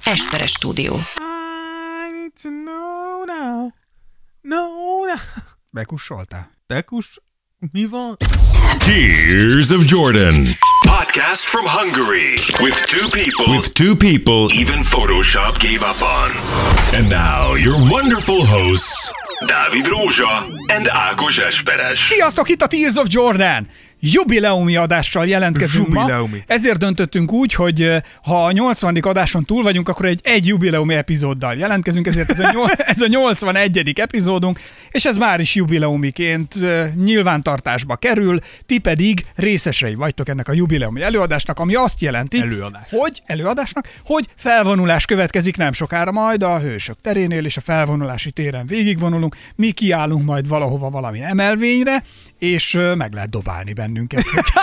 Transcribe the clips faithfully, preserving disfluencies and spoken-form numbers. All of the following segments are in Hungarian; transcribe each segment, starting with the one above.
Esperes Stúdió. I need to know now. Know now. Bekussoltál? Te kus... Mi van? Tears of Jordan. Podcast from Hungary. With two people. With two people. Even Photoshop gave up on. And now your wonderful hosts, Dávid Rózsa and Ákos Esperes. Sziasztok, itt a Tears of Jordan! Jubileumi adással jelentkezünk Jubileumi. ma. Ezért döntöttünk úgy, hogy ha a nyolcvanadik adáson túl vagyunk, akkor egy, egy jubileumi epizóddal jelentkezünk, ezért ez a, nyol, ez a nyolcvanegyedik epizódunk, és ez már is jubileumiként nyilvántartásba kerül, ti pedig részesei vagytok ennek a jubileumi előadásnak, ami azt jelenti, Előadás. hogy előadásnak, hogy felvonulás következik nem sokára majd a Hősök terénél, és a felvonulási téren végigvonulunk, mi kiállunk majd valahova valami emelvényre, és meg lehet dobálni bennünket.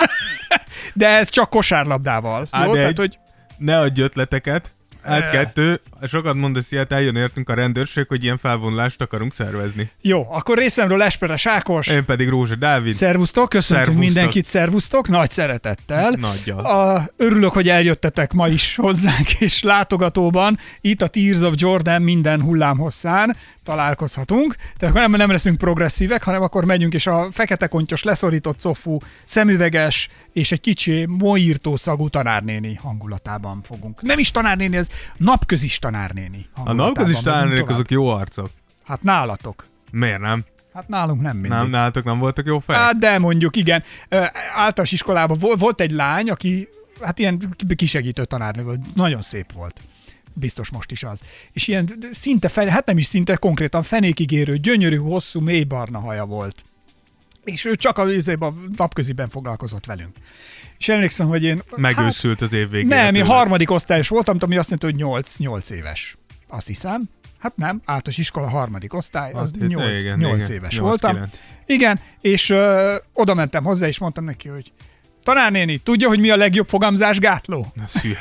De ez csak kosárlabdával. Á, Jó? de Tehát, egy- hogy Ne adj ötleteket. Hát Eh. kettő, sokat mondasz ilyet, eljön értünk a rendőrség, hogy ilyen felvonulást akarunk szervezni. jó, akkor részemről Esperes Ákos. Én pedig Rózsa Dávid. Szervusztok, köszöntünk Szervusztok. mindenkit, szervusztok, nagy szeretettel. Nagyjal. A, örülök, hogy eljöttetek ma is hozzánk, és látogatóban, itt a Tears of Jordan minden hullámhosszán találkozhatunk. Tehát akkor nem, nem leszünk progresszívek, hanem akkor megyünk, és a fekete kontyos, leszorított cofú, szemüveges, és egy kicsi moírtó szagú tanárnéni hangulatában fogunk. Nem is tanárnéni, ez napközis tanárnéni A hangulatában. napközis megyünk találnék tovább. azok jó arcok. Hát nálatok. Miért nem? Hát nálunk nem mindig. Nem, nálatok nem voltak jó fejek? Hát de mondjuk, igen. Ö, Általános iskolában vol- volt egy lány, aki hát ilyen kisegítő tanárnő volt. Nagyon szép volt. Biztos most is az. És ilyen szinte, fe, hát nem is szinte, konkrétan fenékig érő, gyönyörű, hosszú, mély barna haja volt. És ő csak a, a napköziben foglalkozott velünk. És emlékszem, hogy én... Megőszült az év végén. Nem, én harmadik osztályos voltam, ami azt jelenti, hogy nyolc, nyolc éves. Azt hiszem. Hát nem, általános iskola harmadik osztály, az Azt hitt- nyolc, igen, nyolc igen. éves nyolc, voltam. kilenc. Igen, és ö, oda mentem hozzá, és mondtam neki, hogy tanárnéni, tudja, hogy mi a legjobb fogamzásgátló? Ez hülye.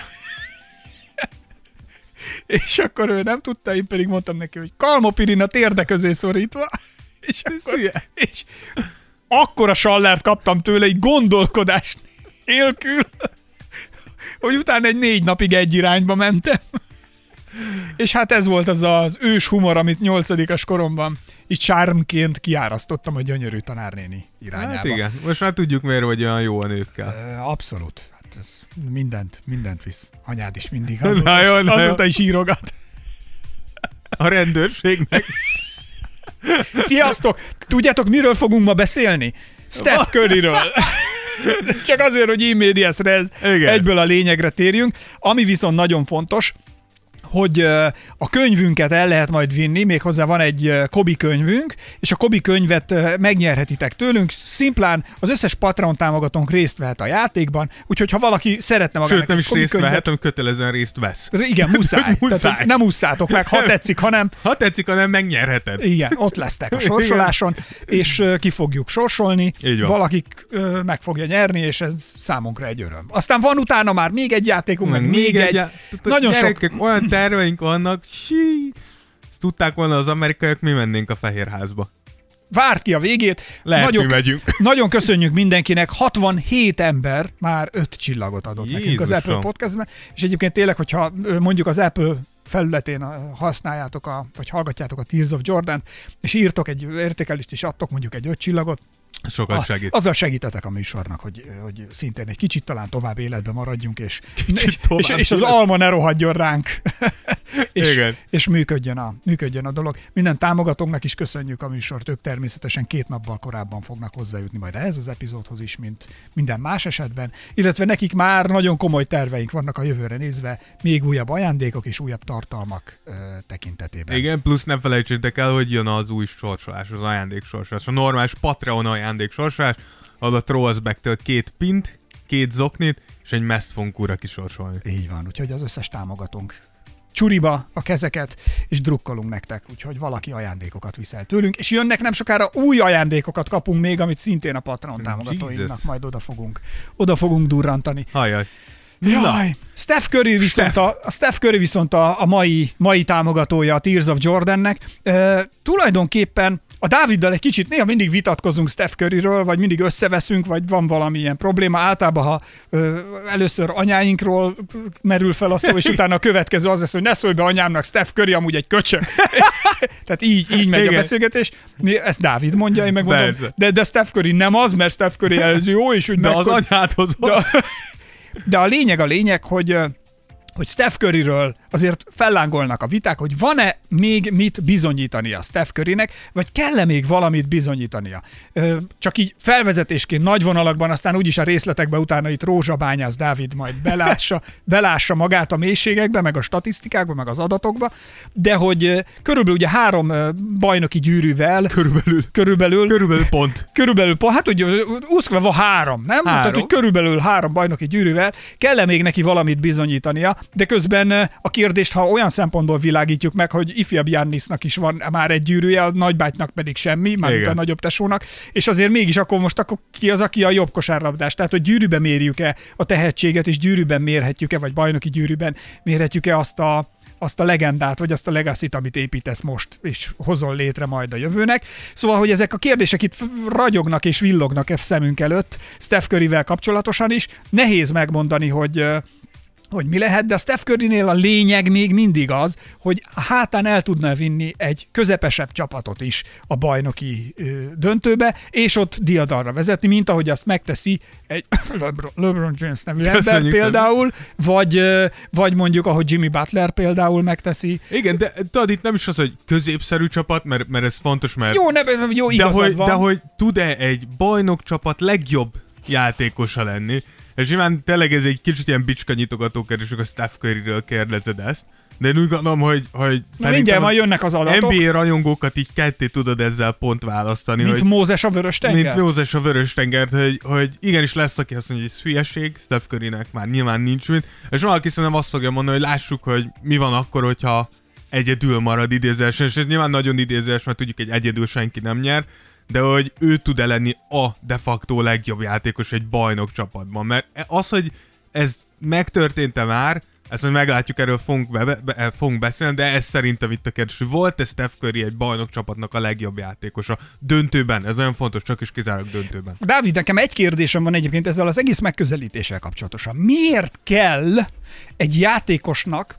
És akkor ő nem tudta, én pedig mondtam neki, hogy kalmopirin a térde közé szorítva. És, akkor, és akkora sallert kaptam tőle, egy gondolkodás nélkül, hogy utána egy négy napig egy irányba mentem. És hát ez volt az az ős humor, amit nyolcadikas koromban így sármként kiárasztottam a gyönyörű tanárnéni irányába. Hát igen, most már tudjuk miért vagy olyan jó a nőkkel. Ö, Abszolút. Hát ez mindent, mindent visz. Anyád is mindig azóta, Na jó, is, na jó. azóta is írogat. A rendőrségnek. Sziasztok! Tudjátok, miről fogunk ma beszélni? Steph Curryről. Csak azért, hogy e-médias res, Igen. egyből a lényegre térjünk. Ami viszont nagyon fontos, hogy ö, a könyvünket el lehet majd vinni, méghozzá van egy ö, Kobi könyvünk, és a Kobi könyvet ö, megnyerhetitek tőlünk. Szimplán az összes Patreon támogatónk részt vehet a játékban, úgyhogy ha valaki szeretne magának Sőt, nem egy is Kobi részt könyvet, vehet, hanem kötelezően részt vesz. igen, muszáj. Muszáj. Tehát, hogy nem ússzátok meg, ha tetszik, hanem Ha tetszik, hanem megnyerheted. igen, ott lesztek a sorsoláson, és ö, ki fogjuk sorsolni. Így van. Valaki ö, meg fogja nyerni, és ez számunkra egy öröm. Aztán van utána már még egy játékunk, meg, meg még egy. já- Nagyon sok. gyerekek, olyan terveink vannak, sí. Ezt tudták volna az amerikaiak, mi mennénk a Fehérházba. Várt ki a végét. Lehet, nagyon, mi megyünk. Nagyon köszönjük mindenkinek. hatvanhét ember már öt csillagot adott nekünk az Jézusom. Apple Podcastben, és egyébként tényleg, hogyha ö, mondjuk az Apple felületén a- használjátok, a, vagy hallgatjátok a Tears of Jordan, és írtok egy értékelést, és adtok mondjuk egy öt csillagot, Sokat A- segít. Azzal segítetek a műsornak, hogy, hogy szintén egy kicsit talán tovább életben maradjunk, és, és, tovább és, és az életben. alma ne rohadjon ránk, és, Igen. és működjön, a, működjön a dolog. Minden támogatónknak is köszönjük a műsort, ők természetesen két nappal korábban fognak hozzájutni majd ehhez az epizódhoz is, mint minden más esetben, illetve nekik már nagyon komoly terveink vannak a jövőre nézve, még újabb ajándékok és újabb tartalmak ö, tekintetében. Igen, plusz ne felejtsétek el, hogy jön az új sorsolás, az ajándék sorsolás. A normális Patreon ajándék sorsolás, ahol a Trollsback-től két pint, két zoknit, és egy meszt fogunk újra kisorsolni. Így van, úgyhogy az összes támogatónk csuriba a kezeket, és drukkolunk nektek, úgyhogy valaki ajándékokat viszel tőlünk, és jönnek nem sokára új ajándékokat kapunk még, amit szintén a Patreon támogatóinknak Jesus. majd oda fogunk, oda fogunk durrantani. Hajjaj. Jaj, Steph Curry viszont, Steph. a, a Steph Curry viszont a, a mai, mai támogatója a Tears of Jordannek. E, tulajdonképpen a Dáviddal egy kicsit néha mindig vitatkozunk Steph Curryről, vagy mindig összeveszünk, vagy van valamilyen probléma. Általában, ha ö, először anyáinkról merül fel a szó, és utána a következő az lesz, hogy ne szólj be anyámnak, Steph Curry amúgy egy köcsög. Tehát így, így megy Igen. a beszélgetés. Ezt Dávid mondja, én megmondom. De, de Steph Curry nem az, mert Steph Curry ez jó, és úgy De meg, az anyádhoz de, de a lényeg a lényeg, hogy hogy Steph Curryről azért fellángolnak a viták, hogy van-e még mit bizonyítania Steph Currynek, vagy kell-e még valamit bizonyítania. Csak így felvezetésként nagy vonalakban, aztán úgyis a részletekbe utána itt rózsabányász Dávid majd belássa, belássa magát a mélységekbe, meg a statisztikákba, meg az adatokba, de hogy körülbelül ugye három bajnoki gyűrűvel körülbelül, körülbelül, körülbelül pont. Körülbelül pont, hát ugye úszkva van három, nem? Három. Tehát, hogy körülbelül három bajnoki gyűrűvel kell-e még neki valamit bizonyítania, de közben a kérdést, ha olyan szempontból világítjuk meg, hogy ifjabb Giannisnak is van már egy gyűrűje, a nagybátynak pedig semmi, mármint a nagyobb tesónak, és azért mégis akkor most akkor ki az, aki a jobb kosárlabdás? Tehát, hogy gyűrűben mérjük-e a tehetséget, és gyűrűben mérhetjük-e, vagy bajnoki gyűrűben mérhetjük-e azt a azt a legendát, vagy azt a legacy-t, amit építesz most, és hozol létre majd a jövőnek. Szóval, hogy ezek a kérdések itt ragyognak és villognak a szemünk előtt, Steph Curryvel kapcsolatosan is. Nehéz megmondani, hogy hogy mi lehet, de a Steph Currynél a lényeg még mindig az, hogy hátán el tudna vinni egy közepesebb csapatot is a bajnoki ö, döntőbe, és ott diadalra vezetni, mint ahogy azt megteszi egy LeBron, LeBron James nevű ember például, vagy, ö, vagy mondjuk ahogy Jimmy Butler például megteszi. Igen, de tudod, itt nem is az, hogy középszerű csapat, mert, mert ez fontos, mert... Jó, ne, jó de hogy, van. De hogy tud-e egy bajnok csapat legjobb játékosa lenni? És nyilván tényleg ez egy kicsit ilyen bicska nyitogató kérdés, a Steph Curryről kérdezed ezt. De én úgy gondolom, hogy, hogy mindjárt majd jönnek az adatok. en bé á rajongókat így ketté tudod ezzel pont választani. Mint hogy, Mózes a Vörös-tenger? Mint Mózes a Vörös-tengert, hogy, hogy igenis lesz, aki azt mondja, hogy ez hülyeség, Steph Currynek már nyilván nincs mit. És valaki szerintem azt fogja mondani, hogy lássuk, hogy mi van akkor, hogyha egyedül marad idézésen. És ez nyilván nagyon idézés, mert tudjuk, hogy egyedül senki nem nyer. De hogy ő tud-e lenni a de facto legjobb játékos egy bajnok csapatban. Mert az, hogy ez megtörtént-e már, ezt majd meglátjuk, erről fogunk, be, be, fogunk beszélni, de ez szerintem itt a kérdés, hogy volt-e Steph Curry egy bajnok csapatnak a legjobb játékosa döntőben? Ez nagyon fontos, csak is kizárólag döntőben. Dávid, nekem egy kérdésem van egyébként ezzel az egész megközelítéssel kapcsolatosan. Miért kell egy játékosnak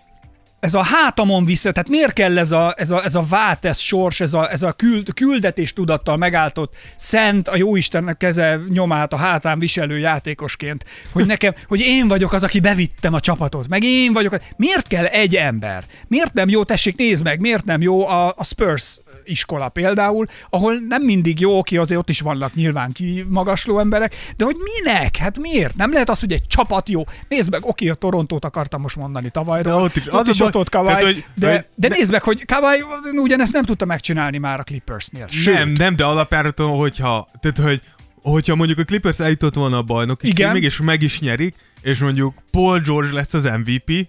ez a hátamon vissza, tehát miért kell ez a, ez a, ez a vátesz sors, ez a, ez a küld, küldetés tudattal megálltott szent, a jóistennek keze nyomát a hátán viselő játékosként, hogy nekem, hogy én vagyok az, aki bevittem a csapatot, meg én vagyok a... Miért kell egy ember? Miért nem jó, tessék, nézd meg, miért nem jó a, a Spurs iskola például, ahol nem mindig jó, oké, azért ott is vannak nyilván kimagasló emberek, de hogy minek? Hát miért? Nem lehet az, hogy egy csapat jó. Nézd meg, oké, a Torontót akartam most mondani tavalyról. De ott is, ott is ott, ott Kawhi, tehát, hogy, de, hogy, de nézd meg, hogy Kawhi ugyanezt nem tudta megcsinálni már a Clippersnél. Sőt. Nem, nem, de alapjáraton, hogyha, tehát, hogy, hogyha mondjuk a Clippers eljutott volna a bajnoki címig, és meg is nyerik, és mondjuk Paul George lesz az em vé pé,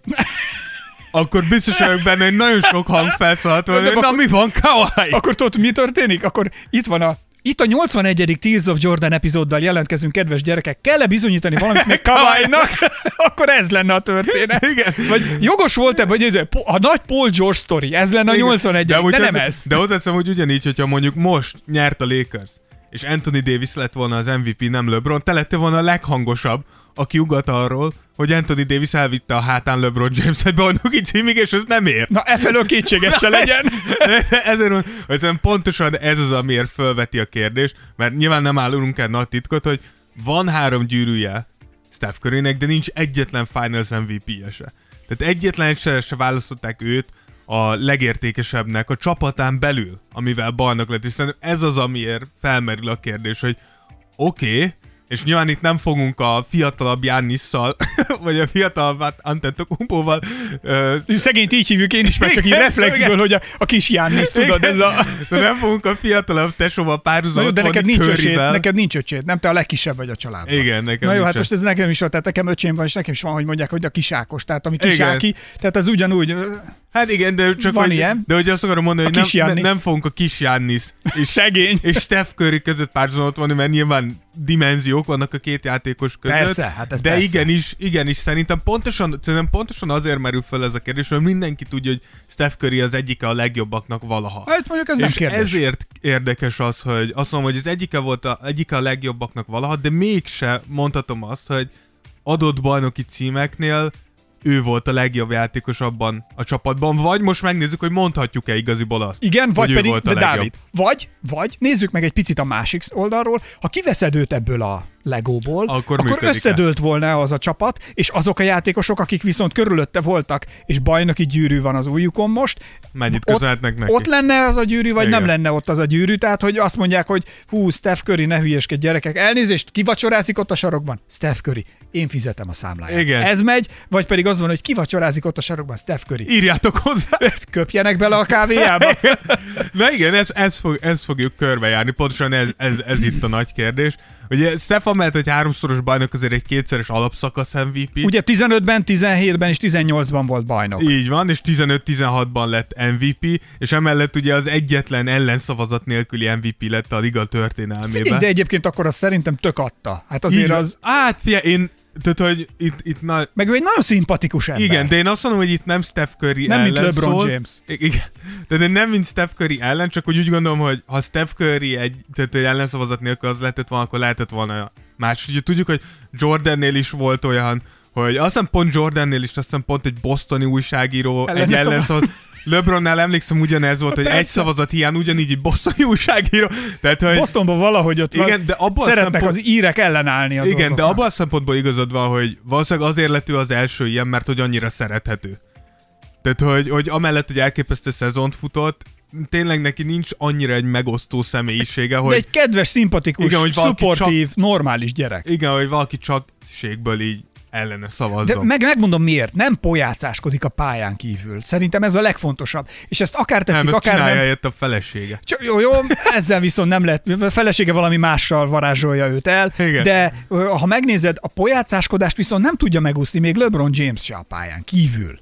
akkor biztos vagyok benne, hogy nagyon sok hang felszólalt volna, hogy na mi van, Kawhi? Akkor tudod, mi történik? Akkor itt van a Itt a nyolcvanegyedik Tears of Jordan epizóddal jelentkezünk, kedves gyerekek. Kell-e bizonyítani valamit még Kawhi-nak? Akkor ez lenne a történet. Igen. Vagy jogos volt-e, vagy a nagy Paul George sztori, ez lenne a nyolcvanegyedik, de, de nem ez. De hozzáteszem, hogy ugyanígy, hogyha mondjuk most nyert a Lakers, és Anthony Davis lett volna az em vé pé, nem LeBron, te lettél volna a leghangosabb, aki ugat arról, hogy Anthony Davis elvitte a hátán LeBron James-et bajnoki címig, és ez nem ér. Na, e felől kétséges se legyen. Ezért mondom, hogy pontosan ez az, amiért fölveti a kérdést, mert nyilván nem állunk el nagy titkot, hogy van három gyűrűje Steph Currynek, de nincs egyetlen Finals em vé pé-je se. Tehát egyetlen se, se választották őt a legértékesebbnek a csapatán belül, amivel bajnok lett, hiszen ez az, amiért felmerül a kérdés, hogy oké, okay, és nyilván itt nem fogunk a fiatalabb Giannisszal, vagy a fiatalabb Antetokounmpóval... Uh, Szegényt így hívjuk én is, mert csak így reflexből, hogy a, a kis Giannis, tudod, ez a... De nem fogunk a fiatalabb tesóval párhuzamot de neked nincs öcséd, neked nincs öcséd, nem te a legkisebb vagy a családban. Igen, nekem Na jó, nincs. hát most ez nekem is van, tehát nekem öcsém van, és nekem is van, hogy mondják, hogy a kisákos, tehát ami kisáki, igen. Tehát az ugyanúgy... Hát igen, de csak Van hogy, ilyen. de hogy azt akarom mondani, A hogy nem, kis ne, nem fogunk a kis Giannis és, Szegény. és Steph Curry között párhuzamot vonni, mert nyilván dimenziók vannak a két játékos között. Persze, hát ez de persze. igenis, igenis szerintem pontosan, szerintem pontosan azért merül fel ez a kérdés, mert mindenki tudja, hogy Steph Curry az egyike a legjobbaknak valaha. Hát mondjuk ez nem és kérdés. ezért érdekes az, hogy azt mondom, hogy az egyike volt a, egyike a legjobbaknak valaha, de mégse mondhatom azt, hogy adott bajnoki címeknél ő volt a legjobb játékos abban a csapatban, vagy most megnézzük, hogy mondhatjuk-e igaziból azt. Igen, vagy hogy pedig, volt a de legjobb. Dávid, vagy, vagy nézzük meg egy picit a másik oldalról, ha kiveszed őt ebből a Legóból, Akkor akkor működik-e? összedőlt volna az a csapat, és azok a játékosok, akik viszont körülötte voltak, és bajnoki gyűrű van az ujjukon most, Mennyit ott, köszönhetnek neki? ott lenne az a gyűrű, vagy Igen. nem lenne ott az a gyűrű, tehát hogy azt mondják, hogy hú, Steph Curry, ne hülyeskedj gyerekek, elnézést, kivacsorázik ott a sarokban? Steph Curry, én fizetem a számláját. Igen. Ez megy, vagy pedig az van, hogy kivacsorázik ott a sarokban? Steph Curry. Írjátok hozzá! Köpjenek bele a kávéjába. Na igen, ez, ez, fog, ez fogjuk körbejárni, pontosan ez, ez, ez itt a nagy kérdés. Ugye Stefan mellett, hogy háromszoros bajnok, azért egy kétszeres alapszakasz em vé pé. Ugye tizenötben, tizenhétben és tizennyolcban volt bajnok. Így van, és tizenöt tizenhatban lett em vé pé, és emellett ugye az egyetlen ellenszavazat nélküli em vé pé lett a liga történelmében. Figyelj, de egyébként akkor azt szerintem tök adta. Hát azért Így van. az... Hát figyelj, én, tehát hogy itt, itt na, Meg ő egy nagyon szimpatikus ember. igen, de én azt mondom, hogy itt nem Steph Curry Nem, ellen mint LeBron szól. James. I- Igen, de, de nem mint Steph Curry ellen, csak hogy úgy gondolom, hogy ha Steph Curry egy, tehát egy ellenszavazat nélkül az lehetett volna, akkor lehetett volna más. Ugye tudjuk, hogy Jordannél is volt olyan, hogy azt hiszem pont Jordannél is, azt hiszem pont egy bostoni újságíró, Ellene egy szavaz- ellenszavazat. LeBronnál emlékszem ugyanez volt, hogy Persze. egy szavazat hiány ugyanígy egy bostoni újságíró. Tehát, hogy Bostonban valahogy ott igen, van, de abban a szeretnek szempont- az írek ellenállni a igen, de dolgoknak. abban a szempontból igazad van, hogy valószínűleg azért lett ő az első ilyen, mert hogy annyira szerethető. Tehát, hogy, hogy amellett, hogy elképesztő szezont futott, tényleg neki nincs annyira egy megosztó személyisége, De hogy egy kedves, szimpatikus, Igen, hogy valaki szupportív, normális gyerek. igen, hogy valaki csak ségből így ellene De szavazzon. meg, megmondom miért, nem pojácáskodik a pályán kívül. Szerintem ez a legfontosabb. És ezt akár tetszik, nem, ezt akár csinálja nem. helyett a felesége. Csak, jó, jó, ezzel viszont nem lehet, a felesége valami mással varázsolja őt el, Igen. de ö, ha megnézed, a pojácáskodást viszont nem tudja megúszni még LeBron James se a pályán kívül.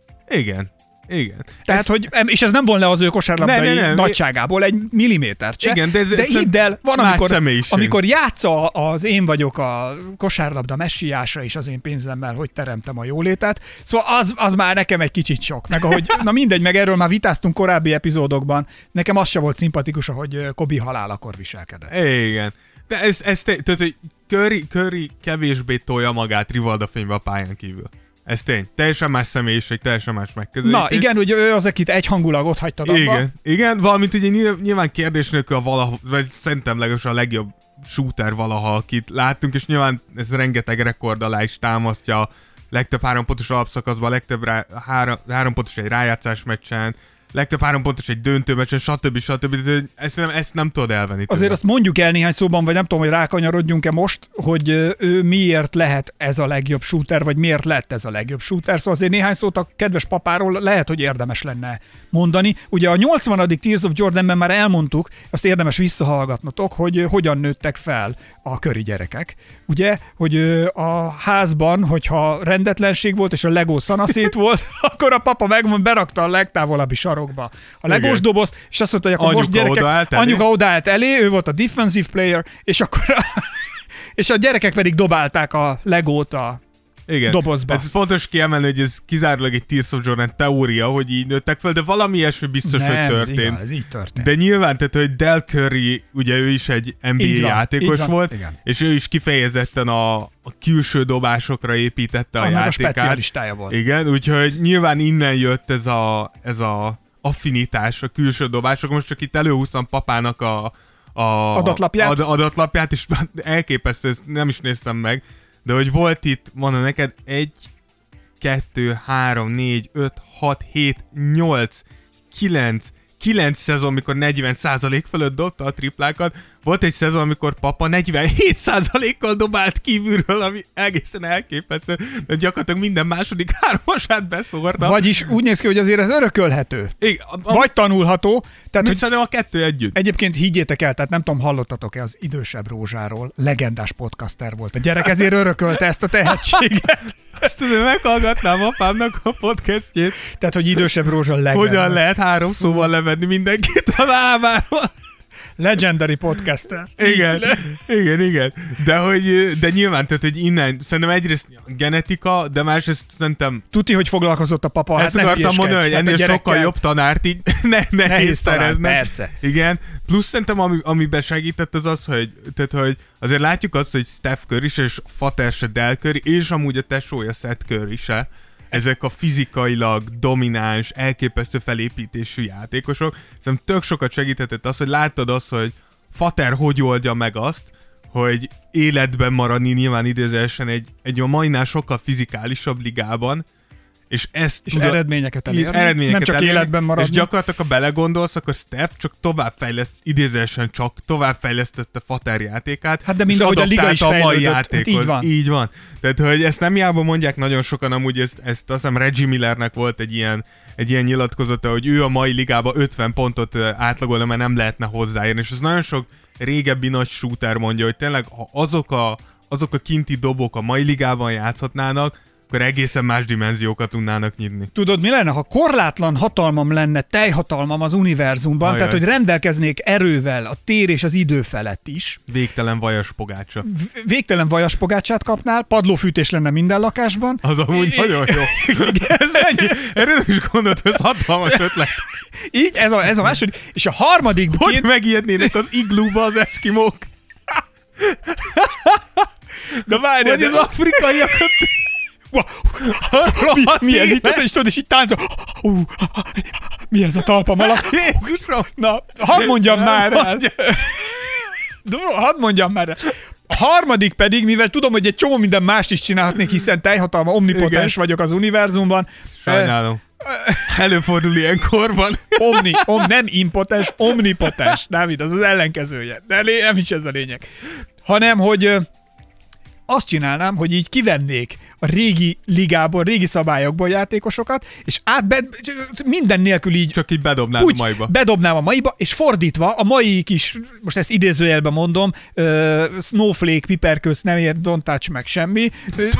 Igen. Igen. Tehát, Ez- hogy, és ez nem von le az ő kosárlabdai Nem, nem, nem. nagyságából egy millimétert se. Igen, de ez- de ez hidd el, van, más amikor, személyiség. amikor játsza az én vagyok a kosárlabda messiása és az én pénzemmel, hogy teremtem a jólétet. Szóval az, az már nekem egy kicsit sok. Meg ahogy, na mindegy, meg erről már vitáztunk korábbi epizódokban. Nekem az se volt szimpatikus, ahogy Kobe halálakor viselkedett. Igen. De ez, ez te, tehát, hogy Curry, Curry kevésbé tolja magát rivaldafénybe a pályán kívül. Ez tény. Teljesen más személyiség, teljesen más megközelítés. Na igen, hogy ő az, akit egyhangulag ott hagytad abba. Igen, igen, valamint ugye nyilv- nyilván kérdés nélkül a valaha, vagy szerintem legalábbis a legjobb shooter valaha, akit láttunk, és nyilván ez rengeteg rekord alá is támasztja, legtöbb három pontos alapszakaszban, legtöbb rá, három, három pontos egy rájátszás meccsen, legtöbb három pontos egy döntő meccsen, stb. stb. De ezt nem, ezt nem tudod elvenni. Azért tőle. azt mondjuk el néhány szóban, vagy nem tudom, hogy rákanyarodjunk-e most, hogy ö, ő miért lehet ez a legjobb shooter, vagy miért lett ez a legjobb shooter. Szóval azért néhány szót a kedves papáról lehet, hogy érdemes lenne mondani. Ugye a nyolcvanadik Tears of Jordanben már elmondtuk, azt érdemes visszahallgatnotok, hogy ö, hogyan nőttek fel a Curry gyerekek. Ugye, hogy ö, a házban, hogyha rendetlenség volt, és a Lego szanaszét volt, akkor a papa megmond, berakta a legtávolabbi sarokba a legós Igen. dobozt, és azt mondta, hogy akkor Anyuka most gyerekek, odaállt elé. anyuka odaállt elé, ő volt a defensive player, és akkor a, és a gyerekek pedig dobálták a Legót a Igen. dobozba. Ez fontos kiemelni, hogy ez kizárólag egy Tears of Jordan teória, hogy így nőttek fel, de valami ilyesmi biztos, Nem, hogy ez történt. igaz, ez így történt. De nyilván, tehát, hogy Del Curry, ugye ő is egy en bé á Így van, játékos így van, volt, igen. és ő is kifejezetten a, a külső dobásokra építette a Annak a játékát. specialistája volt. Igen, úgyhogy nyilván innen jött ez a, ez a affinitás a külső dobások. Most csak itt előhúztam papának a, a Adatlapját? Ad, adatlapját, és elképesztő, ezt nem is néztem meg, de hogy volt itt, mondom neked, egy, kettő, három, négy, öt, hat, hét, nyolc, kilenc, kilenc szezon, mikor negyven százalék fölött dobta a triplákat, volt egy szezon, amikor papa negyvenhét százalékkal dobált kívülről, ami egészen elképesztő, de gyakorlatilag minden második hármasát beszórta. Vagyis úgy néz ki, hogy azért ez örökölhető. Igen, a, Vagy tanulható. Tehát, hogy szerintem a kettő együtt. Egyébként higgyétek el, tehát nem tudom, hallottatok-e az idősebb Rózsáról, legendás podcaster volt. A gyerek ezért örökölte ezt a tehetséget. Ezt tudom, meghallgatnám apámnak a podcastjét. Tehát, hogy idősebb Rózsa legendás. Hogyan lehet három szóval levenni mindenkit a lábáról? Legendary podcaster. Igen, igen, igen. De, hogy, de nyilván, tehát, hogy innen, szerintem egyrészt genetika, de másrészt szerintem... Tuti, hogy foglalkozott a papa. Ezt hát akartam mondani, hogy ennél hát sokkal jobb tanárt így ne, nehéz, nehéz szereznek. Persze. Igen. Plusz szerintem, ami, amiben segített az az, hogy, tehát, hogy azért látjuk azt, hogy Steph Curry se, és Fater se Del Curry, és amúgy a tesója Seth Curry se. Ezek a fizikailag domináns, elképesztő felépítésű játékosok. Szerintem tök sokat segíthetett az, hogy láttad azt, hogy Fater hogy oldja meg azt, hogy életben maradni nyilván idézősen egy, egy a mainál sokkal fizikálisabb ligában, és ezt és tudod, eredményeket elérni, eredményeket nem csak elérni, életben maradni. És gyakorlatilag, ha belegondolsz, akkor Steph csak továbbfejleszt, idézősen csak továbbfejlesztette Fater játékát, hát de mind ahogy a liga is fejlődött, a mai játékhoz. Hát így van. Így van. Tehát, hogy ezt nem hiába mondják nagyon sokan, amúgy ezt, ezt azt hiszem Reggie Millernek volt egy ilyen, egy ilyen nyilatkozata, hogy ő a mai ligában ötven pontot átlagolna, mert nem lehetne hozzáérni, és ez nagyon sok régebbi nagy shooter mondja, hogy tényleg ha azok a, azok a kinti dobok a mai ligában játszhatnának, akkor egészen más dimenziókat tudnának nyitni. Tudod, mi lenne, ha korlátlan hatalmam lenne, teljhatalmam az univerzumban, Ajaj. tehát, hogy rendelkeznék erővel a tér és az idő felett is. Végtelen vajas pogácsa. V- végtelen vajas pogácsát kapnál, padlófűtés lenne minden lakásban. Az amúgy I- nagyon jó. Ez mennyi? Erre nem is gondolt, hogy ez hatalmas ötlet. Így, ez a, ez a második. És a harmadik... Hogy két... megijednének az iglúba az eszkimók? De várj, vagy az afrikaiakat... mi, mi ez itt? És tudod, és itt táncol. Uh, mi ez a talpam alatt? Jézusom! Na, hadd mondjam már el. Hadd mondjam már el. A harmadik pedig, mivel tudom, hogy egy csomó minden mást is csinálhatnék, hiszen teljhatalma, omnipotens Igen. vagyok az univerzumban. Sajnálom. Előfordul ilyen korban. Omni, om, nem impotens, omnipotens. Dávid, az az ellenkezője. De nem is ez a lényeg. Hanem, hogy azt csinálnám, hogy így kivennék a régi ligából, régi szabályokból játékosokat, és átbe, minden nélkül így... Csak így bedobnám úgy, a maiba. Bedobnám a maiba, és fordítva a mai kis, most ezt idézőjelben mondom, uh, Snowflake, piperköz, nem ér, don't touch meg semmi,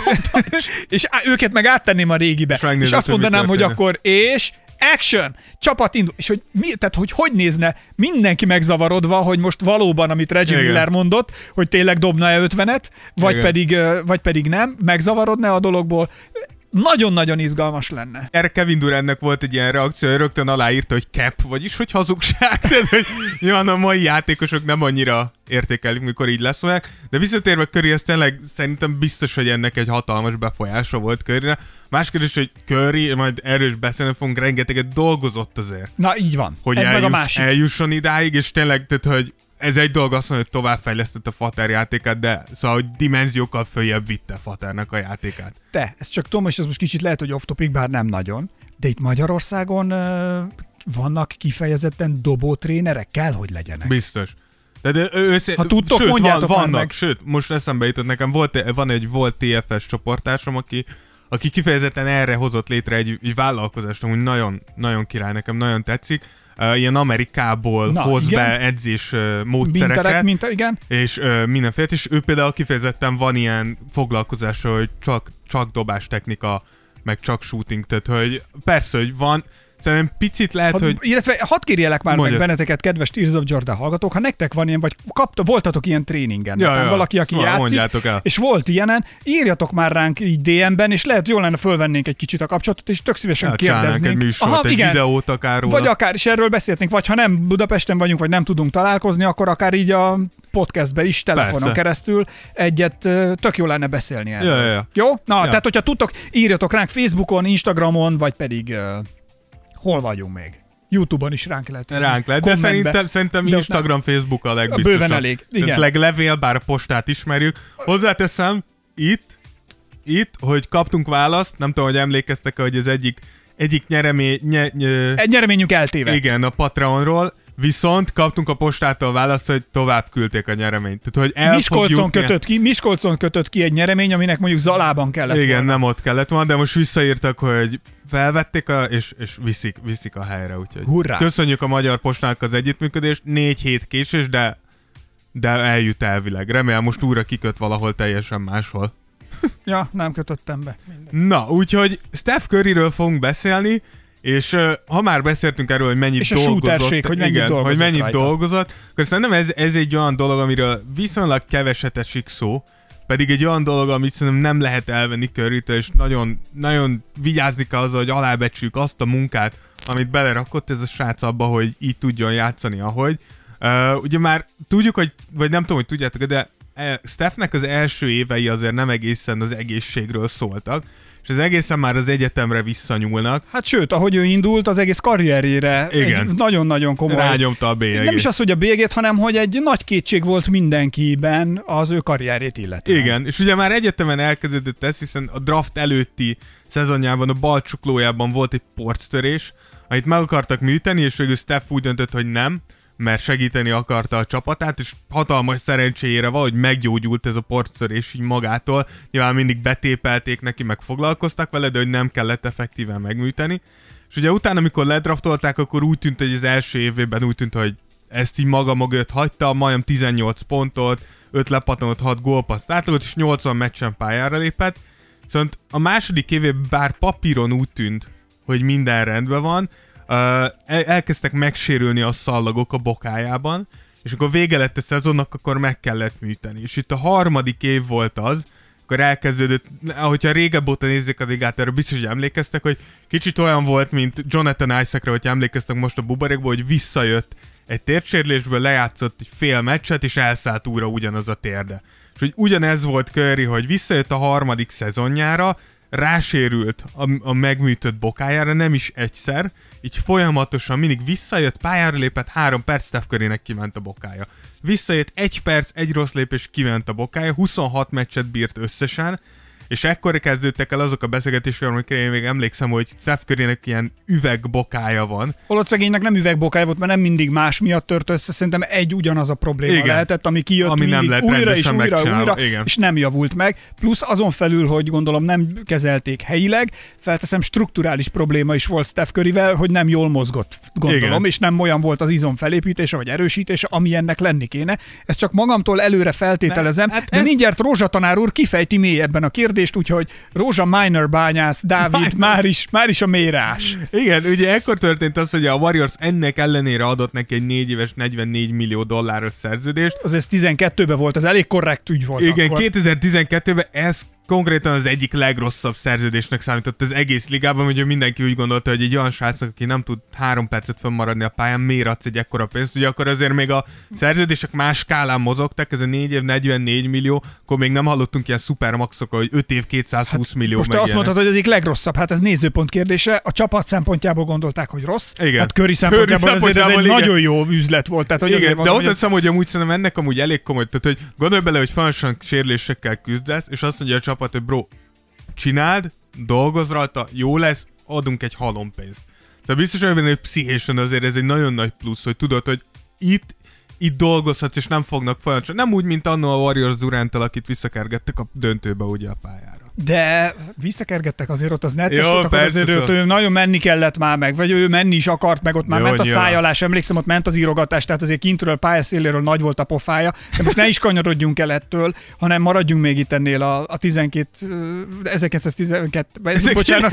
és á, őket meg áttenném a régibe. És, és azt mondanám, hogy akkor, és... Action! Csapat indul. És hogy, mi, tehát, hogy hogy nézne mindenki megzavarodva, hogy most valóban, amit Reggie Igen. Miller mondott, hogy tényleg dobna-e ötvenet, vagy pedig, vagy pedig nem, megzavarodna a dologból. Nagyon-nagyon izgalmas lenne. Erre Kevin Durantnek volt egy ilyen reakció, hogy rögtön aláírta, hogy cap, vagyis hogy hazugság. Tehát, hogy nyilván a mai játékosok nem annyira értékelik, mikor így leszólják. De visszatérve Curry, ez tényleg szerintem biztos, hogy ennek egy hatalmas befolyása volt Curryre. Más kérdés, hogy Curry, majd erről is beszélni fogunk, rengeteget dolgozott azért. Na így van. Hogy ez eljuss, meg a másik. eljusson idáig, és tényleg, tehát, hogy ez egy dolog azt mondja, hogy továbbfejlesztett a Fater játékát, de szóval, hogy dimenziókkal följebb vitte Faternek a játékát. Te, ez csak tudom, és ez most kicsit lehet, hogy off-topic, bár nem nagyon, de itt Magyarországon uh, vannak kifejezetten dobótrénerek, kell, hogy legyenek. Biztos. De össze... Ha tudtok, sőt, mondjátok van, vannak, meg. Sőt, most eszembe jutott nekem, volt, van egy volt té ef es csoporttársam, aki, aki kifejezetten erre hozott létre egy, egy vállalkozást, amúgy nagyon, nagyon király, nekem nagyon tetszik. Uh, ilyen Amerikából Na, hoz igen. be edzés uh, módszereket, Minterek, minta, igen. és uh, mindenféle, és ő például kifejezetten van ilyen foglalkozása, hogy csak, csak dobás technika, meg csak shooting, tehát hogy persze, hogy van, szerintem picit lehet, had, hogy... Illetve hadd kérjelek már Mondjad. meg benneteket, kedves Tears of Jordan hallgatók, ha nektek van ilyen, vagy kapta, voltatok ilyen tréningen, Ja, ja, valaki, aki szóval játszik, el. és volt ilyenen, írjatok már ránk így dé em-ben, és lehet, jól lenne fölvennénk egy kicsit a kapcsolatot, és tök szívesen Ja, csinálnánk kérdeznénk. egy műsort, Aha, egy igen. videót akár róla. Vagy akár is erről beszélhetnénk, vagy ha nem Budapesten vagyunk, vagy nem tudunk találkozni, akkor akár így a podcastbe is, telefonon Persze. keresztül egyet ö, tök jó lenne beszélni erről. Ja, ja, ja. Jó? Na, Ja. tehát hogyha tudtok, írjatok ránk Facebookon, Instagramon, vagy pedig uh, hol vagyunk még? YouTube-on is ránk lehet. Ránk lehet, de kommentbe. szerintem, szerintem De Instagram, Facebook a legbiztosabb. Bőven elég, igen. Tehát levél, bár a postát ismerjük. Hozzáteszem, itt, itt, hogy kaptunk választ, nem tudom, hogy emlékeztek, hogy az egyik, egyik nyeremény... Nye, nye, Egy nyereményünk eltévedt. igen, a Patreonról. Viszont kaptunk a postától választ, hogy tovább küldték a nyereményt. Tehát, hogy el Miskolcon kötött ki, Miskolcon kötött ki egy nyeremény, aminek mondjuk Zalában kellett Igen, volna. nem ott kellett volna, de most visszaírtak, hogy felvették, a, és, és viszik, viszik a helyre. Úgyhogy Hurrá. Köszönjük a Magyar Postának az együttműködést. Négy hét késés, de, de eljut elvileg. Remélem most újra kiköt valahol teljesen máshol. Ja, nem kötöttem be. Minden. Na, úgyhogy Steph Curryről fogunk beszélni, és uh, ha már beszéltünk erről, hogy mennyit és a dolgozott, shooterség, hogy mennyit igen, dolgozott hogy mennyit rajta. dolgozott, akkor szerintem ez, ez egy olyan dolog, amiről viszonylag keveset esik szó, pedig egy olyan dolog, amit szerintem nem lehet elvenni Currytől, és nagyon, nagyon vigyázni kell azzal, hogy alábecsüljük azt a munkát, amit belerakott ez a srác abba, hogy így tudjon játszani, ahogy. Uh, ugye már tudjuk, hogy, vagy nem tudom, hogy tudjátok, de Stephnek az első évei azért nem egészen az egészségről szóltak, és az egészen már az egyetemre visszanyúlnak. Hát sőt, ahogy ő indult, az egész karrierjére Igen. egy nagyon-nagyon komoly... Rányomta a bélyegét. Nem is az, hogy a bélyegét, hanem hogy egy nagy kétség volt mindenkiben az ő karrierét illetően. Igen, és ugye már egyetemen elkezdődött ez, hiszen a draft előtti szezonjában, a bal csuklójában volt egy porctörés, amit meg akartak műteni, és végül Steph úgy döntött, hogy nem, mert segíteni akarta a csapatát, és hatalmas szerencséjére valahogy meggyógyult ez a porctörés így magától. Nyilván mindig betépelték neki, meg foglalkoztak vele, de hogy nem kellett effektíven megműteni. És ugye utána, amikor ledraftolták, akkor úgy tűnt, hogy az első évében úgy tűnt, hogy ezt így maga mögött hagyta, majdnem tizennyolc pontot, öt lepattanott, hat gólpasszt átlagot, és nyolcvan meccsen pályára lépett. Viszont a második évében bár papíron úgy tűnt, hogy minden rendben van, Uh, el- elkezdtek megsérülni a szallagok a bokájában, és akkor vége lett a szezonnak, akkor meg kellett műteni. És itt a harmadik év volt az, akkor elkezdődött, ahogyha régebb óta nézzék a ligát, erről biztos, hogy emlékeztek, hogy kicsit olyan volt, mint Jonathan Isaacra, hogyha emlékeztek most a buborékból, hogy visszajött egy térsérülésből, lejátszott egy fél meccset, és elszállt újra ugyanaz a térde. És hogy ugyanez volt Curry, hogy visszajött a harmadik szezonjára, rásérült a, a megműtött bokájára, nem is egyszer, így folyamatosan mindig visszajött, pályára lépett, három perc, Steph Currynek kiment a bokája. Visszajött egy perc, egy rossz lépés, kiment a bokája, huszonhat meccset bírt összesen, és ekkor kezdődtek el azok a beszélgetések, amikor én még emlékszem, hogy Steph Currynek ilyen üvegbokája van. Holott szegénynek nem üvegbokája volt, mert nem mindig más miatt tört össze, szerintem egy ugyanaz a probléma Igen. lehetett, ami kijött Ami nem mindig lett újra és rendesen újra, megcsinálva. újra, Igen. és nem javult meg. Plusz azon felül, hogy gondolom nem kezelték helyileg, felteszem strukturális probléma is volt Steph Curryvel, hogy nem jól mozgott, gondolom, Igen. és nem olyan volt az izom felépítése vagy erősítése, ami ennek lenni kéne. Ezt csak magamtól előre feltételezem, Ne, hát de ez... mindjárt Rózsa tanár úr kifejti mélyebben a kérdést, úgyhogy Rózsa Minor bányász, Dávid, Minor. már is, már is a mélyrás. Igen, ugye ekkor történt az, hogy a Warriors ennek ellenére adott neki egy négy éves negyvennégy millió dolláros szerződést. Az ez tizenkettőben volt, az elég korrekt ügy volt. Igen, akkor. kétezer-tizenkettőben ez konkrétan az egyik legrosszabb szerződésnek számított az egész ligában, hogy mindenki úgy gondolta, hogy egy olyan srácnak, aki nem tud három percet fönnmaradni a pályán, miért adsz egy ekkora pénzt? Ugye akkor azért még a szerződések más skálán mozogtak, ez a négy év negyvennégy millió, akkor még nem hallottunk ilyen szupermaxokról, hogy öt év kétszázhúsz hát millió. most te azt mondtad, hogy az egyik legrosszabb, hát ez nézőpont kérdése. A csapat szempontjából gondolták, hogy rossz. Igen. Hát Curry szempontjából Curry azért ez egy szempontjából nagyon jó üzlet volt. Tehát, hogy igen, azért de mondom, hozzáteszem, hogy amúgy szerintem ennek amúgy elég komoly, tehát hogy gondolj bele, hogy folyamatosan sérülésekkel küzdesz, és azt mondja a csapat, hogy bro, csináld, dolgozz rajta, jó lesz, adunk egy halompénzt. Szóval biztos, hogy benne, hogy pszichésen azért ez egy nagyon nagy plusz, hogy tudod, hogy itt, itt dolgozhatsz, és nem fognak folyamatosan. Nem úgy, mint annó a Warriors Duranttel, akit visszakergettek a döntőbe ugye a pályára. De visszakergettek azért ott, az necces Jó, volt, akkor persze, azért tudom. ő nagyon menni kellett már meg, vagy ő menni is akart meg, ott már Jó, ment a nyilván. szájalás, emlékszem, ott ment az írogatás, tehát azért kintről, pályaszéléről nagy volt a pofája, de most ne is kanyarodjunk el ettől, hanem maradjunk még itt ennél a, a tizenkét, ezerkilencszáztizenkettő, bocsánat,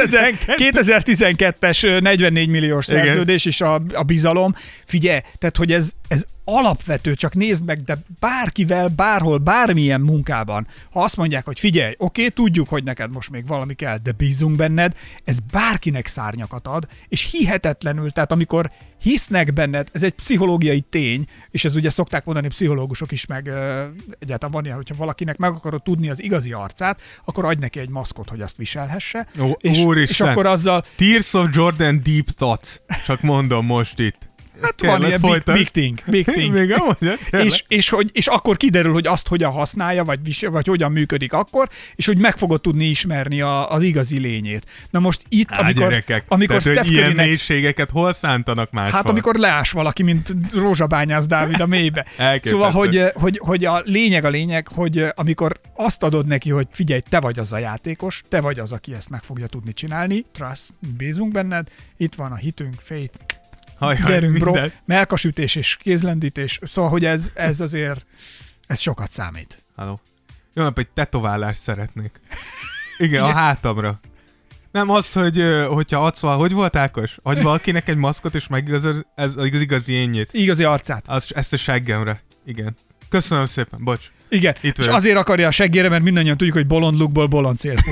kétezer-tizenkettes negyvennégy milliós Igen. szerződés és a, a bizalom. Figyelj, tehát hogy ez, ez alapvető, csak nézd meg, de bárkivel, bárhol, bármilyen munkában, ha azt mondják, hogy figyelj, oké, tudjuk, hogy neked most még valami kell, de bízunk benned, ez bárkinek szárnyakat ad, és hihetetlenül, tehát amikor hisznek benned, ez egy pszichológiai tény, és ez ugye szokták mondani pszichológusok is, meg ö, egyáltalán van ilyen, hogyha valakinek meg akarod tudni az igazi arcát, akkor adj neki egy maszkot, hogy azt viselhesse, Ó, és, úristen. és akkor azzal Tears of Jordan Deep Thoughts. Csak mondom most itt. Hát van ilyen big, big thing. Big thing. Még amúgy, és, és, hogy, és akkor kiderül, hogy azt hogyan használja, vagy, vagy hogyan működik akkor, és hogy meg fogod tudni ismerni a, az igazi lényét. Na most itt, Á, amikor, gyerekek, amikor tehát, Steph ilyen Currynek... mélységeket hol szántanak máshol? Hát amikor leás valaki, mint Rózsabányász Dávid a mélybe. Szóval, hogy, hogy, hogy a lényeg a lényeg, hogy amikor azt adod neki, hogy figyelj, te vagy az a játékos, te vagy az, aki ezt meg fogja tudni csinálni, trust, bízunk benned, itt van a hitünk, faith, gyerünk bro, melkasütés és kézlendítés, szóval, hogy ez, ez azért, ez sokat számít. Halló. Jó nap, egy tetoválást szeretnék. Igen, Igen. a hátamra. Nem azt, hogy hogyha adsz val, hogy volt Ákos? Adj valakinek egy maszkot, és megigazod ez az igazi énjét. Igazi arcát. Az, ezt a seggemre. Igen. Köszönöm szépen, bocs. Igen, itt és vagyok. azért akarja a seggére, mert mindannyian tudjuk, hogy bolond lukból bolond célfúj.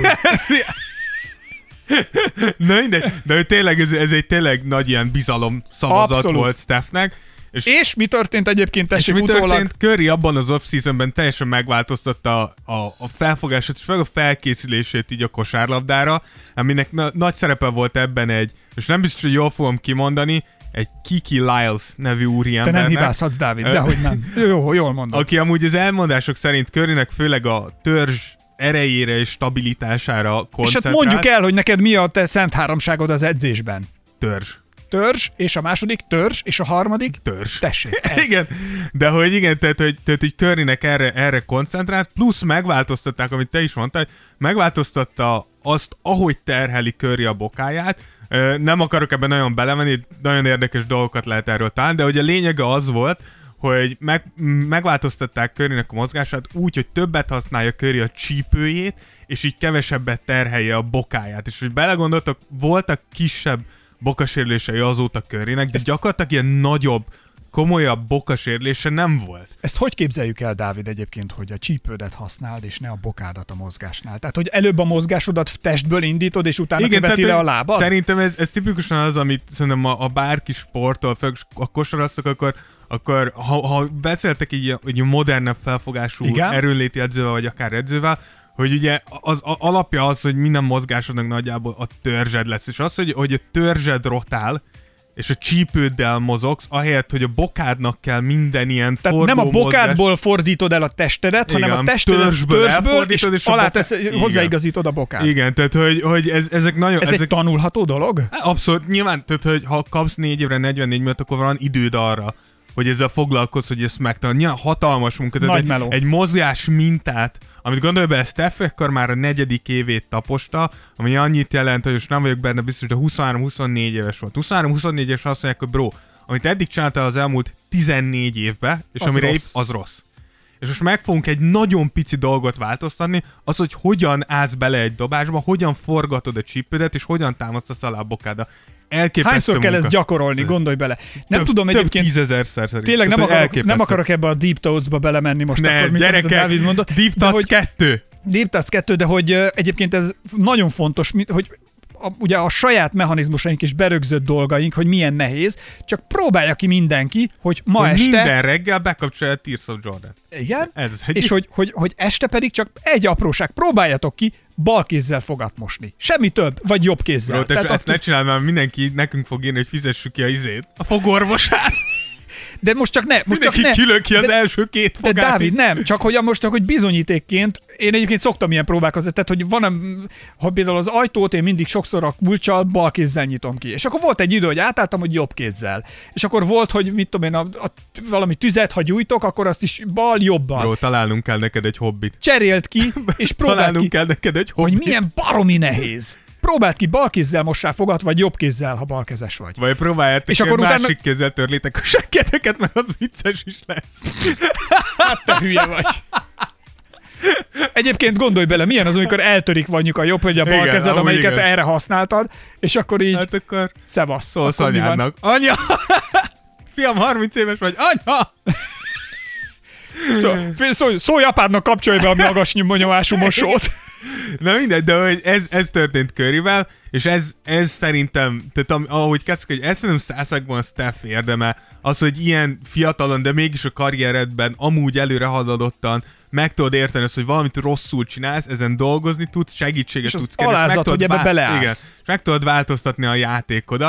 Na mindegy, de hogy tényleg ez, ez egy tényleg nagy ilyen bizalom szavazat Abszolút. volt Stephnek. És, és mi történt egyébként, tessék és mi utólag? történt? Curry abban az off-seasonben teljesen megváltoztatta a, a, a felfogását és meg a felkészülését így a kosárlabdára, aminek na, nagy szerepe volt ebben egy, és nem biztos, hogy jól fogom kimondani, egy Kiki Lyles nevű úriembernek. Te nem hibázhatsz, Dávid, dehogy nem. Jó, jól mondom. Aki amúgy az elmondások szerint Currynek főleg a törzs erejére és stabilitására koncentrál. És hát mondjuk el, hogy neked mi a te szent háromságod az edzésben. Törzs. Törzs, és a második törzs, és a harmadik törzs. Tessék, ez. Igen, de hogy igen, tehát hogy, tehát, hogy Currynek erre, erre koncentrált, plusz megváltoztatták, amit te is mondtál, megváltoztatta azt, ahogy terheli Curry a bokáját. Nem akarok ebben nagyon belemenni, nagyon érdekes dolgokat lehet erről találni, de hogy a lényege az volt, hogy meg, megváltoztatták Currynek a mozgását úgy, hogy többet használja Curry a csípőjét, és így kevesebbet terhelje a bokáját. És hogy belegondoltak, voltak kisebb bokasérülései azóta Currynek, de gyakorlatilag ilyen nagyobb, komolyabb bokasérülése nem volt. Ezt hogy képzeljük el, Dávid, egyébként, hogy a csípődet használd, és ne a bokádat a mozgásnál? Tehát, hogy előbb a mozgásodat testből indítod, és utána Igen, követi le a lábad? Szerintem ez, ez tipikusan az, amit szerintem a, a bárki sporttól, főleg a kosarasztok, akkor, akkor ha, ha beszéltek így, így modernebb felfogású Igen? erőnléti edzővel, vagy akár edzővel, hogy ugye az a, alapja az, hogy minden mozgásodnak nagyjából a törzsed lesz, és az, hogy, hogy a törzsed rotál, és a csípőddel mozogsz, ahelyett, hogy a bokádnak kell minden ilyen Tehát forgó nem a bokádból mozgás. fordítod el a testedet, Igen, hanem a testedet törzsből törzsből, elfordítod, és, és a alá boká- tesz, Igen. hozzáigazítod a bokád. Igen, tehát hogy, hogy ez, ezek nagyon... Ez ezek, egy tanulható dolog? Abszolút, nyilván, tehát hogy ha kapsz négy évre negyvennégy milliót, akkor van időd arra, hogy ezzel foglalkozz, hogy ezt megtanulod. Nyilván hatalmas munka, tehát Nagy egy, meló. egy mozgás mintát, amit gondolj be, Steph akkor már a negyedik évét taposta, ami annyit jelent, hogy most nem vagyok benne biztos, de huszonhárom-huszonnégy éves volt. huszonhárom-huszonnégy éves azt mondják, hogy bro, amit eddig csináltál az elmúlt tizennégy évben, és Az amire épp, rossz. az rossz. És most meg fogunk egy nagyon pici dolgot változtatni, az, hogy hogyan állsz bele egy dobásba, hogyan forgatod a csípődet, és hogyan támasztasz alá a bokáda. Elképesztő Hányszor kell munka. ezt gyakorolni, gondolj bele. Nem több, tudom több egyébként... tízezerszer szerint. Tényleg nem Tehát, akarok, elképesztő. nem akarok ebbe a Deep Thoughts-ba belemenni most Ne, akkor, mint amit a gyerekek, Dávid mondott. Deep de Thoughts hogy- kettő. Deep Thoughts kettő, de hogy uh, egyébként ez nagyon fontos, mi- hogy a, ugye a saját mechanizmusaink és berögzött dolgaink, hogy milyen nehéz, csak próbálja ki mindenki, hogy ma Hogy este... minden reggel bekapcsolja a Tears of Jordan. Igen, Ez az egy... és hogy, hogy, hogy este pedig csak egy apróság, próbáljatok ki bal kézzel fogat mosni. Semmi több, vagy jobb kézzel. Bro, te Tehát ezt azt- ne csináld, mert mindenki nekünk fog írni, hogy fizessük ki a izét. A fogorvosát. De most csak ne, most csak Mindenki ne. kilök ki az de, első két de fogát. Dávid, nem, csak hogy a most, hogy bizonyítékként, én egyébként szoktam ilyen próbálkozni, tehát hogy van, ha például az ajtót én mindig sokszor a kulccsal bal kézzel nyitom ki. És akkor volt egy idő, hogy átálltam, hogy jobb kézzel. És akkor volt, hogy mit tudom én, a, a, valami tüzet, ha gyújtok, akkor azt is bal, jobban. Bro, találnunk kell neked egy hobbit. Cserélt ki, és próbált Találnunk ki, kell neked egy hobbit. hogy milyen baromi nehéz. Próbáld ki, bal kézzel mossál fogat, vagy jobb kézzel, ha balkezes vagy. Vagy próbáljátok, És és akkor akkor utána- másik kézzel törlétek a seggedeket, mert az vicces is lesz. Hát te hülye vagy. Egyébként gondolj bele, milyen az, amikor eltörik mondjuk a jobb vagy a bal Igen, kezed, amúgy amelyiket igen. erre használtad, és akkor így Hát akkor szevasz. szólsz Akkor mi van? anyádnak. Anya! Fiam, harminc éves vagy. Anya! Szó, szó, szólj apádnak, kapcsolj be a magas nyomású mosót. Na mindegy, de hogy ez, ez történt Curryvel, és ez, ez szerintem, tehát am, ahogy kezdtük, hogy ez szerintem százakban a Steph érdeme, az, hogy ilyen fiatalon, de mégis a karrieredben amúgy előre haladottan meg tudod érteni azt, hogy valamit rosszul csinálsz, ezen dolgozni tudsz, segítséget És az tudsz kérni. és meg alázat, tudod hogy ebbe vál- beleállsz. Igen, és meg tudod változtatni a játékodat,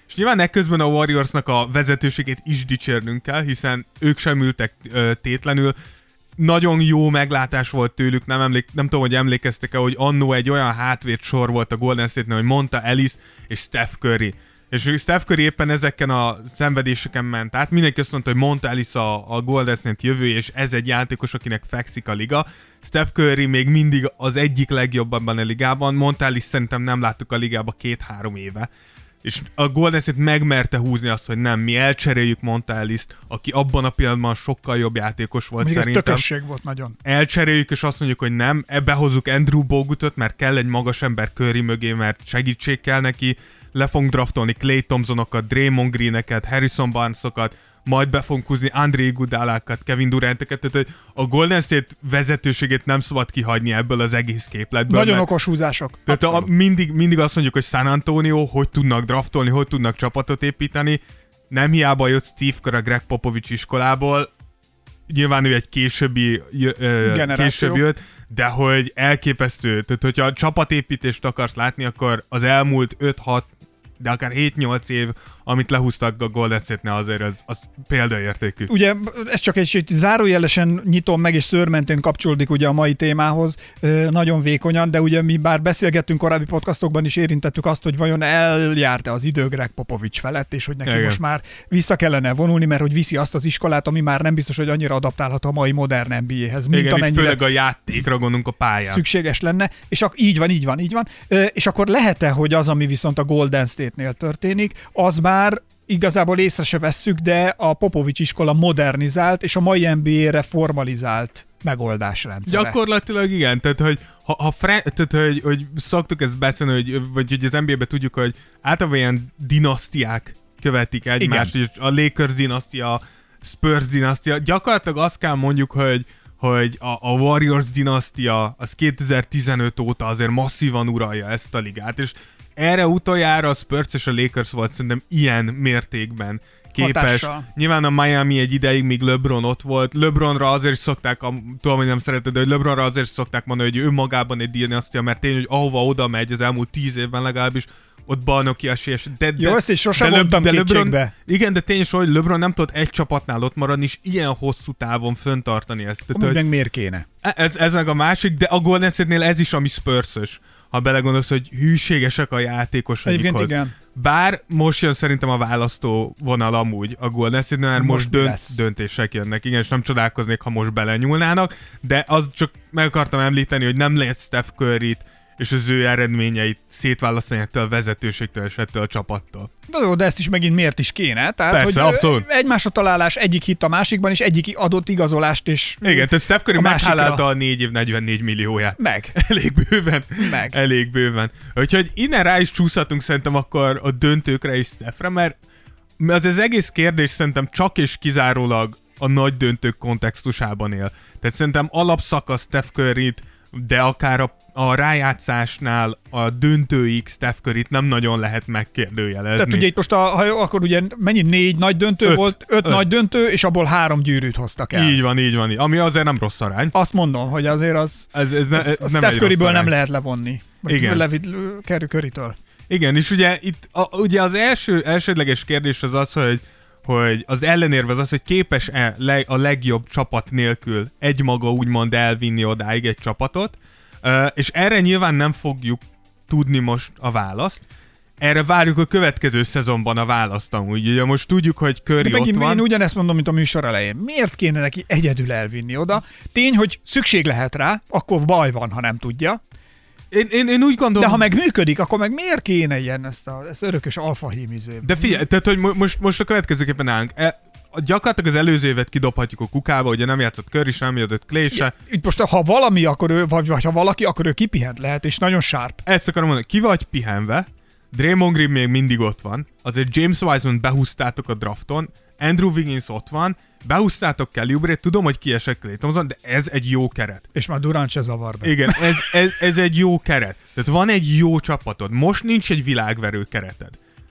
És nyilván ekközben a Warriorsnak a vezetőségét is dicsérnünk kell, hiszen ők sem ültek ö, tétlenül. Nagyon jó meglátás volt tőlük, nem, emlék, nem tudom, hogy emlékeztek-e, hogy annó egy olyan hátvéd sor volt a Golden State-nél, hogy Monta Ellis és Steph Curry. És Steph Curry éppen ezeken a szenvedéseken ment át. Mindenki azt mondta, hogy Monta Ellis a, a Golden State jövője, és ez egy játékos, akinek fekszik a liga. Steph Curry még mindig az egyik legjobb abban a ligában. Monta Ellis szerintem nem láttuk a ligába két-három éve. És a Golden State megmerte húzni azt, hogy nem, mi elcseréljük Monta Ellist, aki abban a pillanatban sokkal jobb játékos volt még szerintem. Ez tökösség volt nagyon. Elcseréljük, és azt mondjuk, hogy nem, ebbe hozzuk Andrew Bogutot, mert kell egy magas ember Curry mögé, mert segítség kell neki. Le fogunk draftolni Klay Thompsonokat, Draymond Greeneket, Harrison Barnesokat, majd be fogunk húzni André Iguodalakat, Kevin Duranteket, tehát hogy a Golden State vezetőségét nem szabad kihagyni ebből az egész képletből. Nagyon okos húzások. Tehát a, mindig, mindig azt mondjuk, hogy San Antonio, hogy tudnak draftolni, hogy tudnak csapatot építeni. Nem hiába jött Steve Kerr a Greg Popovich iskolából, nyilván ő egy későbbi, ö, később jött, de hogy elképesztő. Tehát, hogyha a csapatépítést akarsz látni, akkor az elmúlt öt-hat, de akár hét-nyolc év, amit lehúztak a Golden State-nél, azért az, az példaértékű. Ugye ez csak egy, egy zárójelesen nyitom meg, és szőrmentén kapcsolódik ugye a mai témához, nagyon vékonyan, de ugye mi bár beszélgettünk korábbi podcastokban is, érintettük azt, hogy vajon eljárta az idő Greg Popovich felett, és hogy neki igen. most már vissza kellene vonulni, mert hogy viszi azt az iskolát, ami már nem biztos, hogy annyira adaptálható a mai modern en bé á-hez, mint igen, amennyire főleg a játékra gondolunk a pályán. Szükséges lenne, és ak- így van, így van, így van. És akkor lehet-e, hogy az, ami viszont a Golden State-nél történik, az bár igazából észre se vesszük, de a Popovich iskola modernizált, és a mai en bé á-re formalizált megoldásrendszere. Gyakorlatilag igen, tehát hogy, ha, ha fre, tehát, hogy, hogy szoktuk ezt beszélni, hogy, vagy hogy az en bé á-ben tudjuk, hogy általában ilyen dinasztiák követik egymást, és a Lakers dinasztia, Spurs dinasztia, gyakorlatilag azt kell mondjuk, hogy hogy a, a Warriors dinasztia az kétezer-tizenöt óta azért masszívan uralja ezt a ligát, és erre utoljára a Spurs és a Lakers volt szerintem ilyen mértékben képes. Hatással. Nyilván a Miami egy ideig, míg LeBron ott volt. LeBronra azért is szokták, tudom, hogy nem szereted, de hogy LeBronra azért is szokták mondani, hogy ő magában egy dinasztia, mert tény, hogy ahova oda megy az elmúlt tíz évben legalábbis, ott bajnoki esélyes. De, Jó, de, ezt is sosem de mondtam de kétségbe. LeBron, igen, de tényleg, hogy LeBron nem tudott egy csapatnál ott maradni, és ilyen hosszú távon föntartani ezt. Tehát, hogy meg miért kéne? Ez, ez meg a másik, de a Golden State-nél ez is, ami Spurs-ös. Ha belegondolsz, hogy hűségesek a játékosaikhoz. Bár most jön szerintem a választó vonal amúgy a Golden State-nél, mert most, most dönt, döntések jönnek. Igen, és nem csodálkoznék, ha most belenyúlnának, de az csak meg akartam említeni, hogy nem lehet Steph Curryt és az ő eredményeit szétválasztani ettől a vezetőségtől és ettől a csapattól. Na jó, de ezt is megint miért is kéne? Tehát, persze, hogy abszolút. Egymásra találás, egyik hit a másikban, és egyik adott igazolást, és igen, tehát Steph Curry meghálálta a négy év negyvennégy millióját. Meg. Elég bőven. Meg. Elég bőven. Úgyhogy innen rá is csúszhatunk szerintem akkor a döntőkre és Stephre, mert az az egész kérdés szerintem csak és kizárólag a nagy döntők kontextusában él. Tehát szerintem alapszakasz Steph Curryt, de akár a, a rájátszásnál a döntőig Steph Curryt nem nagyon lehet megkérdőjelezni. Tehát ugye itt most, a, ha jó, akkor ugye mennyi négy nagy döntő öt, volt, öt, öt nagy döntő, és abból három gyűrűt hoztak el. Így van, így van. Ami azért nem rossz arány. Azt mondom, hogy azért az, ez, ez ne, ez a nem Steph Curryből nem lehet levonni. Igen. Levid, Currytől. Igen, és ugye itt a, ugye az első, elsődleges kérdés az az, hogy hogy az ellenérve az az, hogy képes-e a legjobb csapat nélkül egymaga úgymond elvinni odáig egy csapatot, és erre nyilván nem fogjuk tudni most a választ. Erre várjuk a következő szezonban a választ amúgy. Ugye most tudjuk, hogy Curry ott van. Én ugyanezt mondom, mint a műsor elején. Miért kéne neki egyedül elvinni oda? Tény, hogy szükség lehet rá, akkor baj van, ha nem tudja. Én, én, én úgy gondolom... De ha meg működik, akkor meg miért kéne ilyen ezt a ezt örökös alfahímizé? De figyelj, tehát hogy most, most a következőképpen állunk. E, gyakorlatilag az előző évet kidobhatjuk a kukába, ugye nem játszott Curry sem, nem játszott Klay se. Itt most ha valami, akkor ő, vagy, vagy ha valaki, akkor ő kipihent lehet, és nagyon sharp. Ezt akarom mondani, ki vagy pihenve, Draymond Green még mindig ott van, azért James Wiseman behúztátok a drafton, Andrew Wiggins ott van, behúztátok Kelly Oubre-t, tudom, hogy kiesett Klay Thompson, de ez egy jó keret. És már Durant se zavar be. Igen, ez, ez, ez egy jó keret. Tehát van egy jó csapatod. Most nincs egy világverő kereted.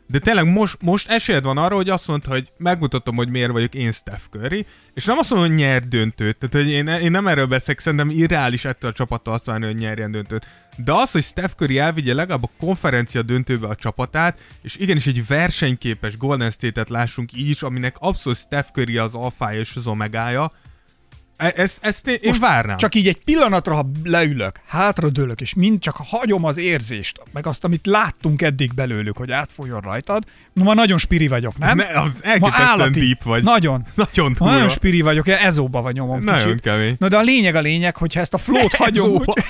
De tényleg most, most esélyed van arra, hogy azt mondta, hogy megmutatom, hogy miért vagyok én Steph Curry, és nem azt mondom, hogy nyer döntőt. Tehát, hogy én, én nem erről beszélek, szerintem irreális ettől a csapattól azt várni, hogy nyerjen döntőt. De az, hogy Steph Curry elvigye legalább a konferencia döntőbe a csapatát, és igenis egy versenyképes Golden State-et lássunk így is, aminek abszolút Steph Curry az alfája és az omegája, Ezt, ezt én, én várnám. Csak így egy pillanatra, ha leülök, hátradőlök, és mind csak hagyom az érzést, meg azt, amit láttunk eddig belőlük, hogy átfolyjon rajtad, no, ma nagyon spiri vagyok, nem? Ne, az elképesztően deep vagy. Nagyon. Nagyon ma nagyon spiri vagyok, ezóba vagy nyomom nagyon kicsit. kemény. Na de a lényeg a lényeg, hogyha ezt a flót hagyom, hogy...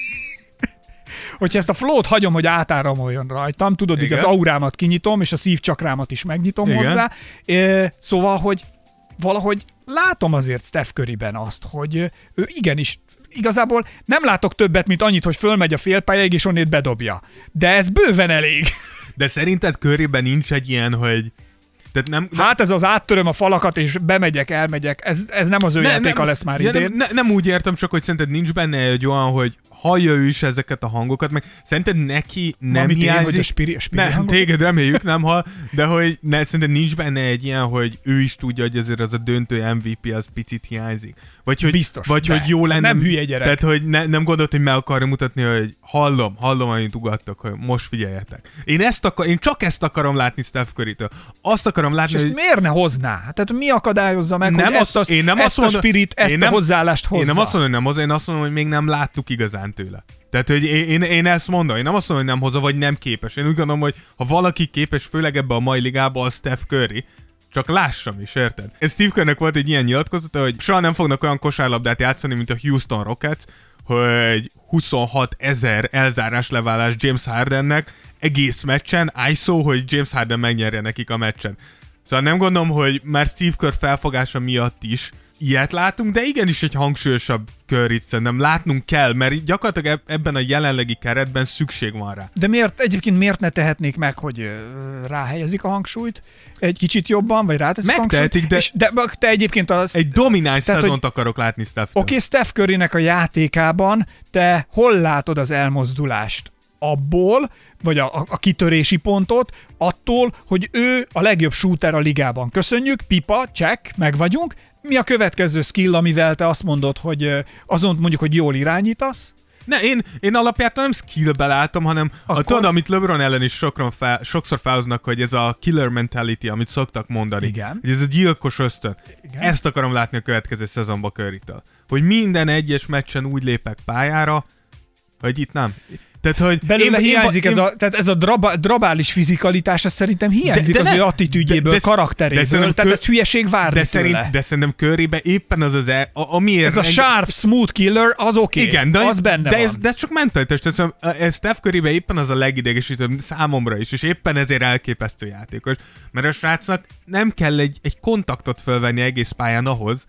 hogyha ezt a flót hagyom, hogy átáramoljon rajtam, tudod, így az aurámat kinyitom, és a szívcsakrámat is megnyitom igen. hozzá. É, szóval, hogy valahogy látom azért Steph Curryben azt, hogy ő igenis, igazából nem látok többet, mint annyit, hogy fölmegy a félpályáig, és onnét bedobja. De ez bőven elég. De szerinted Curryben nincs egy ilyen, hogy... Tehát nem, nem... Hát ez az áttöröm a falakat, és bemegyek, elmegyek, ez, ez nem az ő ne, játéka nem, lesz már idén. Nem, ne, nem úgy értem, csak hogy szerinted nincs benne egy olyan, hogy hallja ő is ezeket a hangokat, meg szerinted neki nem Amit hiányzik... Én, hogy a spiri, a spiri nem, téged reméljük nem hall, de hogy ne, szerinted nincs benne egy ilyen, hogy ő is tudja, hogy azért az a döntő em vé pé az picit hiányzik. Vagy hogy, biztos, vagy hogy jó lenne... Nem hülye gyerek. Tehát, hogy ne, nem gondolt, hogy meg akarja mutatni, hogy hallom, hallom, amit ugattok, hogy most figyeljetek. Én, ezt akar, én csak ezt akarom látni Steph Currytől. Azt akarom látni, és hogy... ezt miért ne hozná? Tehát mi akadályozza meg, nem hogy ezt, azt, én nem ezt azt mondom, a spirit, ezt nem, a hozzáállást hozza? Én nem azt mondom, hogy nem hozza, én azt mondom, hogy még nem láttuk igazán tőle. Tehát, hogy én, én, én ezt mondom, én nem azt mondom, hogy nem hozza, vagy nem képes. Én úgy gondolom, hogy ha valaki képes, főleg ebbe a mai ligába, az Steph Curry, csak lássam is, érted? Steve Kerrnek volt egy ilyen nyilatkozata, hogy soha nem fognak olyan kosárlabdát játszani, mint a Houston Rockets, hogy huszonhat ezer elzárás leválás James Hardennek egész meccsen, i es o, hogy James Harden megnyerje nekik a meccsen. Szóval nem gondolom, hogy már Steve Kerr felfogása miatt is ilyet látunk, de igenis egy hangsúlyosabb Curryt szerintem látnunk kell, mert gyakorlatilag ebben a jelenlegi keretben szükség van rá. De miért, egyébként miért ne tehetnék meg, hogy ráhelyezik a hangsúlyt egy kicsit jobban, vagy ráteszik a hangsúlyt? De, és de te egyébként az... Egy domináns tehát, szezont hogy, akarok látni Steph-től. Oké, okay, Steph Currynek a játékában te hol látod az elmozdulást? Abból, vagy a, a, a kitörési pontot, attól, hogy ő a legjobb shooter a ligában. Köszönjük, pipa, check, meg vagyunk. Mi a következő skill, amivel te azt mondod, hogy azon mondjuk, hogy jól irányítasz? Ne, én, én alapjában nem skillbe látom, hanem Akkor... a, tudod, amit LeBron ellen is sokron fel, sokszor felhoznak, hogy ez a killer mentality, amit szoktak mondani. Igen. Hogy ez a gyilkos ösztön. Igen. Ezt akarom látni a következő szezonban Currytől. Hogy minden egyes meccsen úgy lépek pályára, hogy itt nem... Tehát, hogy belőle én, hiányzik én, ez a, tehát ez a draba, drabális fizikalitás, ez szerintem hiányzik de, de az ne, ő attitűdjéből, de, de, karakteréből, de tehát ez hülyeség várni de, szerint, de szerintem Currybe éppen az az, e, a, amiért... Ez a engem... sharp, smooth killer, az oké, okay, igen, de, az benne de van. Ez, de ez csak mentalitás, tehát ez Steph Currybe éppen az a legidegesítőbb számomra is, és éppen ezért elképesztő játékos, mert a srácnak nem kell egy, egy kontaktot fölvenni egész pályán ahhoz,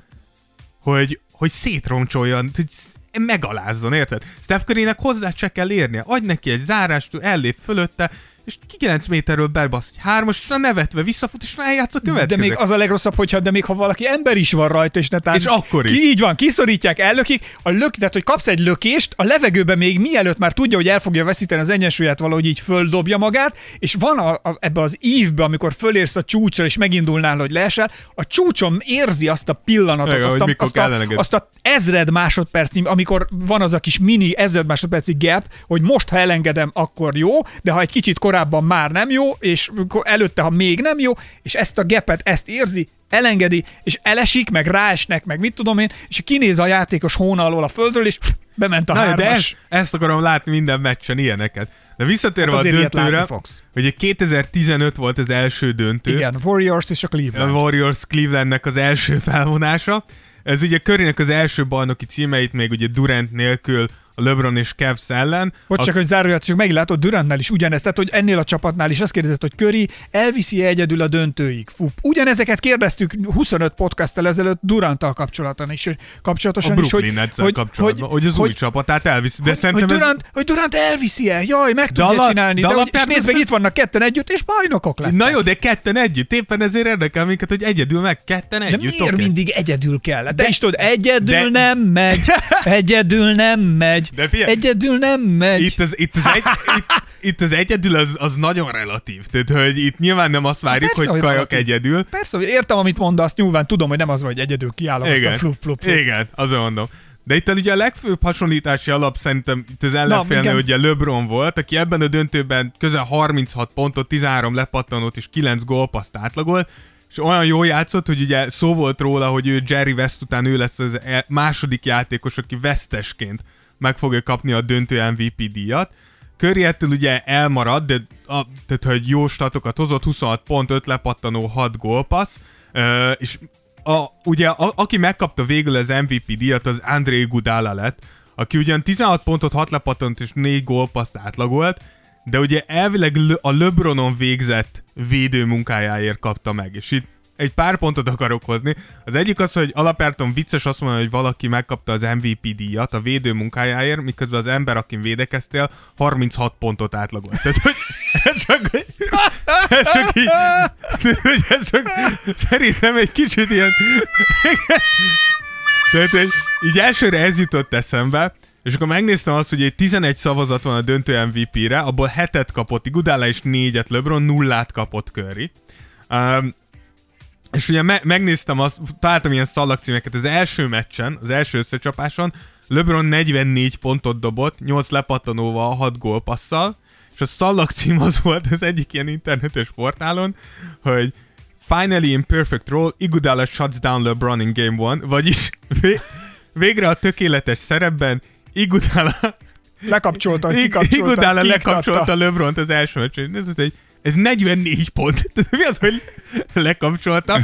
hogy, hogy szétroncsoljon, hogy megalázzon, érted? Steph Currynek hozzá se kell érnie. Adj neki egy zárást, ellép fölötte, és kilenc méterről belbasz egy hármas, és nevetve visszafut, és eljátsz a következőt. De még az a legrosszabb, hogyha de még ha valaki ember is van rajta, és netán... És akkor is. Ki, így van, kiszorítják, ellökik, a lök, tehát hogy kapsz egy lökést, a levegőben még mielőtt már tudja, hogy el fogja veszíteni az egyensúlyát, valahogy így földobja magát, és van a, a, ebbe az ívbe, amikor fölérsz a csúcsra, és megindulnál, hogy leesel, a csúcsom érzi azt a pillanatot, Ega, azt, a, azt, a, azt a ezred másodpercnyi, amikor van az a kis mini ezred másodperci gap, hogy most, ha elengedem, akkor jó, de ha egy kicsit korábban már nem jó, és előtte, ha még nem jó, és ezt a gapet, ezt érzi, elengedi, és elesik, meg ráesnek, meg mit tudom én, és kinéz a játékos hóna alól a földről, és pff, bement a Na, hármas. De ezt, ezt akarom látni minden meccsen, ilyeneket. De visszatérve hát a döntőre, hogy kétezer-tizenöt volt az első döntő. Igen, Warriors és a Cleveland. A Warriors Clevelandnek az első felvonása. Ez ugye Currynek az első bajnoki címeit még ugye Durant nélkül a LeBron és Cavs ellen. Hogy csak, a... hogy záróját, csak meglátod, Durantnál is ugyanezt, tehát hogy ennél a csapatnál is azt kérdezett, hogy Curry elviszi egyedül a döntőig. Fú, ugyanezeket kérdeztük huszonöt podcasttel ezelőtt Duranttal kapcsolatosan is, kapcsolatosan a is, Brooklyn hogy, hogy, kapcsolatban, hogy, hogy az hogy, új csapatát elviszi. De hogy, hogy, Durant, ez... hogy Durant elviszi-e? Jaj, meg tudja ala, csinálni. De, de és nézd meg, itt vannak ketten együtt, és bajnokok lettek. Na jó, de ketten együtt. Éppen ezért érdekel minket, hogy egyedül meg ketten együtt. De miért okay. mindig egyedül kell? De is tudod, egyedül de... nem megy. Egyedül nem megy. megy. De figyelj, egyedül nem megy. Itt az, itt az, egy, itt, itt az egyedül az, az nagyon relatív. Tehát, hogy itt nyilván nem azt várjuk, persze, hogy kajak relatív. Egyedül. Persze, hogy értem, amit mondasz, nyilván tudom, hogy nem az van, hogy egyedül kiállok, aztán flup, flup, flup. Igen, azon mondom. De itt ugye a legfőbb hasonlítási alap szerintem itt az ellenfélnél ugye LeBron volt, aki ebben a döntőben közel harminchat pontot, tizenhárom lepattanót és kilenc gólpasszt átlagolt, és olyan jól játszott, hogy ugye szó volt róla, hogy ő Jerry West után ő lesz az második játékos, aki vesztesként meg fogja kapni a döntő em vé pé díjat. Curry ettől ugye elmarad, de a, tehát, hogy jó statokat hozott, huszonhat pont, öt lepattanó, hat gólpassz, uh, és a, ugye a, aki megkapta végül az em vé pé díjat, az Andre Iguodala lett, aki ugyan tizenhat pontot, hat lepattanót és négy gólpasszt átlagolt, de ugye elvileg a LeBronon végzett védő munkájáért kapta meg, és itt egy pár pontot akarok hozni. Az egyik az, hogy alapjáraton vicces azt mondani, hogy valaki megkapta az em vé pé díjat a védő munkájáért, miközben az ember, akin védekeztél, harminchat pontot átlagolt. Tehát, hogy ez csak, ez csak így, ez csak szerintem egy kicsit ilyen... Tehát, hogy így elsőre ez jutott eszembe, és akkor megnéztem azt, hogy egy tizenegy szavazat van a döntő em vé pére, abból hetet kapott Iguodala és négyet LeBron, nullát kapott Curry. Um, és ugye me- megnéztem azt, találtam ilyen szallagcímeket az első meccsen, az első összecsapáson, LeBron negyvennégy pontot dobott, nyolc lepattanóval, hat gólpasszal, és a szallagcím az volt az egyik ilyen internetes portálon, hogy Finally in perfect role, Iguodala shuts down LeBron in game one, vagyis vé- végre a tökéletes szerepben Iguodala lekapcsolta, kikapcsolta, Iguodala lekapcsolta LeBront az első meccsen. Ez, ez, ez negyvennégy pont. Mi az, hogy lekapcsolta?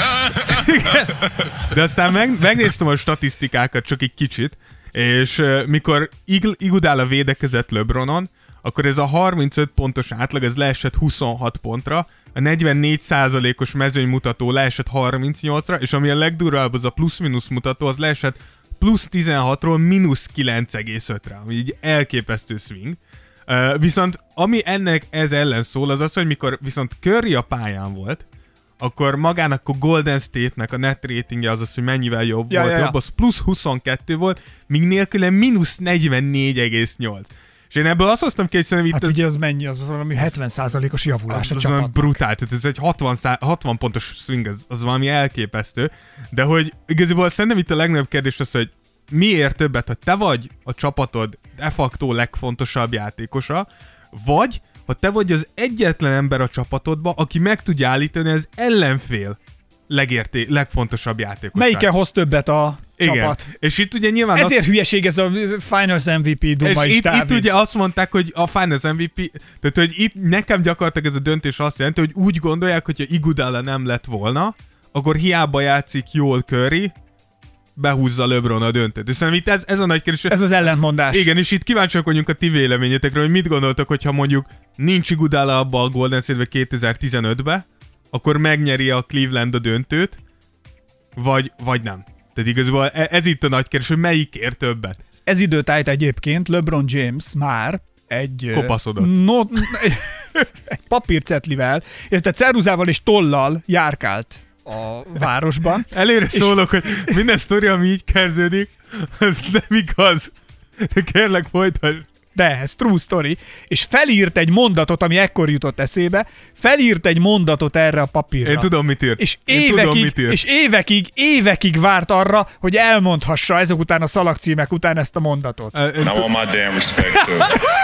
De aztán meg, megnéztem a statisztikákat csak egy kicsit, és uh, mikor Iguodala védekezett LeBronon, akkor ez a harmincöt pontos átlag, ez leesett huszonhat pontra, a negyvennégy százalékos mezőnymutató leesett harmincnyolcra, és ami a legdurvább, az a plusz-minusz mutató, az leesett plusz tizenhatról mínusz kilenc egész ötre, ami így elképesztő swing. Uh, viszont ami ennek ez ellen szól, az az, hogy mikor viszont Curry a pályán volt, akkor magának a Golden State-nek a net ratingje az az, hogy mennyivel jobb ja, volt, ja, ja. jobb, az plusz huszonkettő volt, míg nélküle mínusz negyvennégy egész nyolc. És én ebből azt hoztam ki, hogy szerintem itt... Hát az, ugye az mennyi, az valami hetven százalékos javulás az, a az csapatnak. Brutál, tehát ez egy hatvan, hatvan pontos swing, az, az valami elképesztő, de hogy igazából szerintem itt a legnagyobb kérdés az, hogy miért többet, ha te vagy a csapatod de facto legfontosabb játékosa, vagy ha te vagy az egyetlen ember a csapatodban, aki meg tudja állítani az ellenfél legérté- legfontosabb játékosát. Melyiken hoz többet a igen. csapat? És itt ugye nyilván ezért az... hülyeség ez a Finals em vé pé duma és is, itt, itt ugye azt mondták, hogy a Finals em vé pé, tehát hogy itt nekem gyakorlatilag ez a döntés azt jelenti, hogy úgy gondolják, hogyha Iguodala nem lett volna, akkor hiába játszik jól Curry, behúzza LeBron a döntőt. És szerintem itt ez, ez a nagy kérdés. Ez az ellentmondás. Igen, és itt kíváncsiak vagyunk a ti véleményetekről, hogy mit gondoltak, hogyha mondjuk nincs Iguodala abba a Golden State-be kétezer-tizenötbe, akkor megnyeri a Cleveland a döntőt, vagy, vagy nem. Tehát igazából ez, ez itt a nagy kérdés, hogy melyik ér többet. Ez időtájt egyébként LeBron James már egy... kopaszodott. No, egy papírcetlivel, illetve ceruzával és tollal járkált a városban. Előre szólok, hogy minden sztori, ami így kezdődik, az nem igaz. De kérlek, folytasd. De, ez true story. És felírt egy mondatot, ami ekkor jutott eszébe, felírt egy mondatot erre a papírra. Én tudom, mit írt. És Én évekig, tudom, mit írt. és évekig, évekig várt arra, hogy elmondhassa ezek után a szalagcímek után ezt a mondatot. Uh, I want my damn respect too.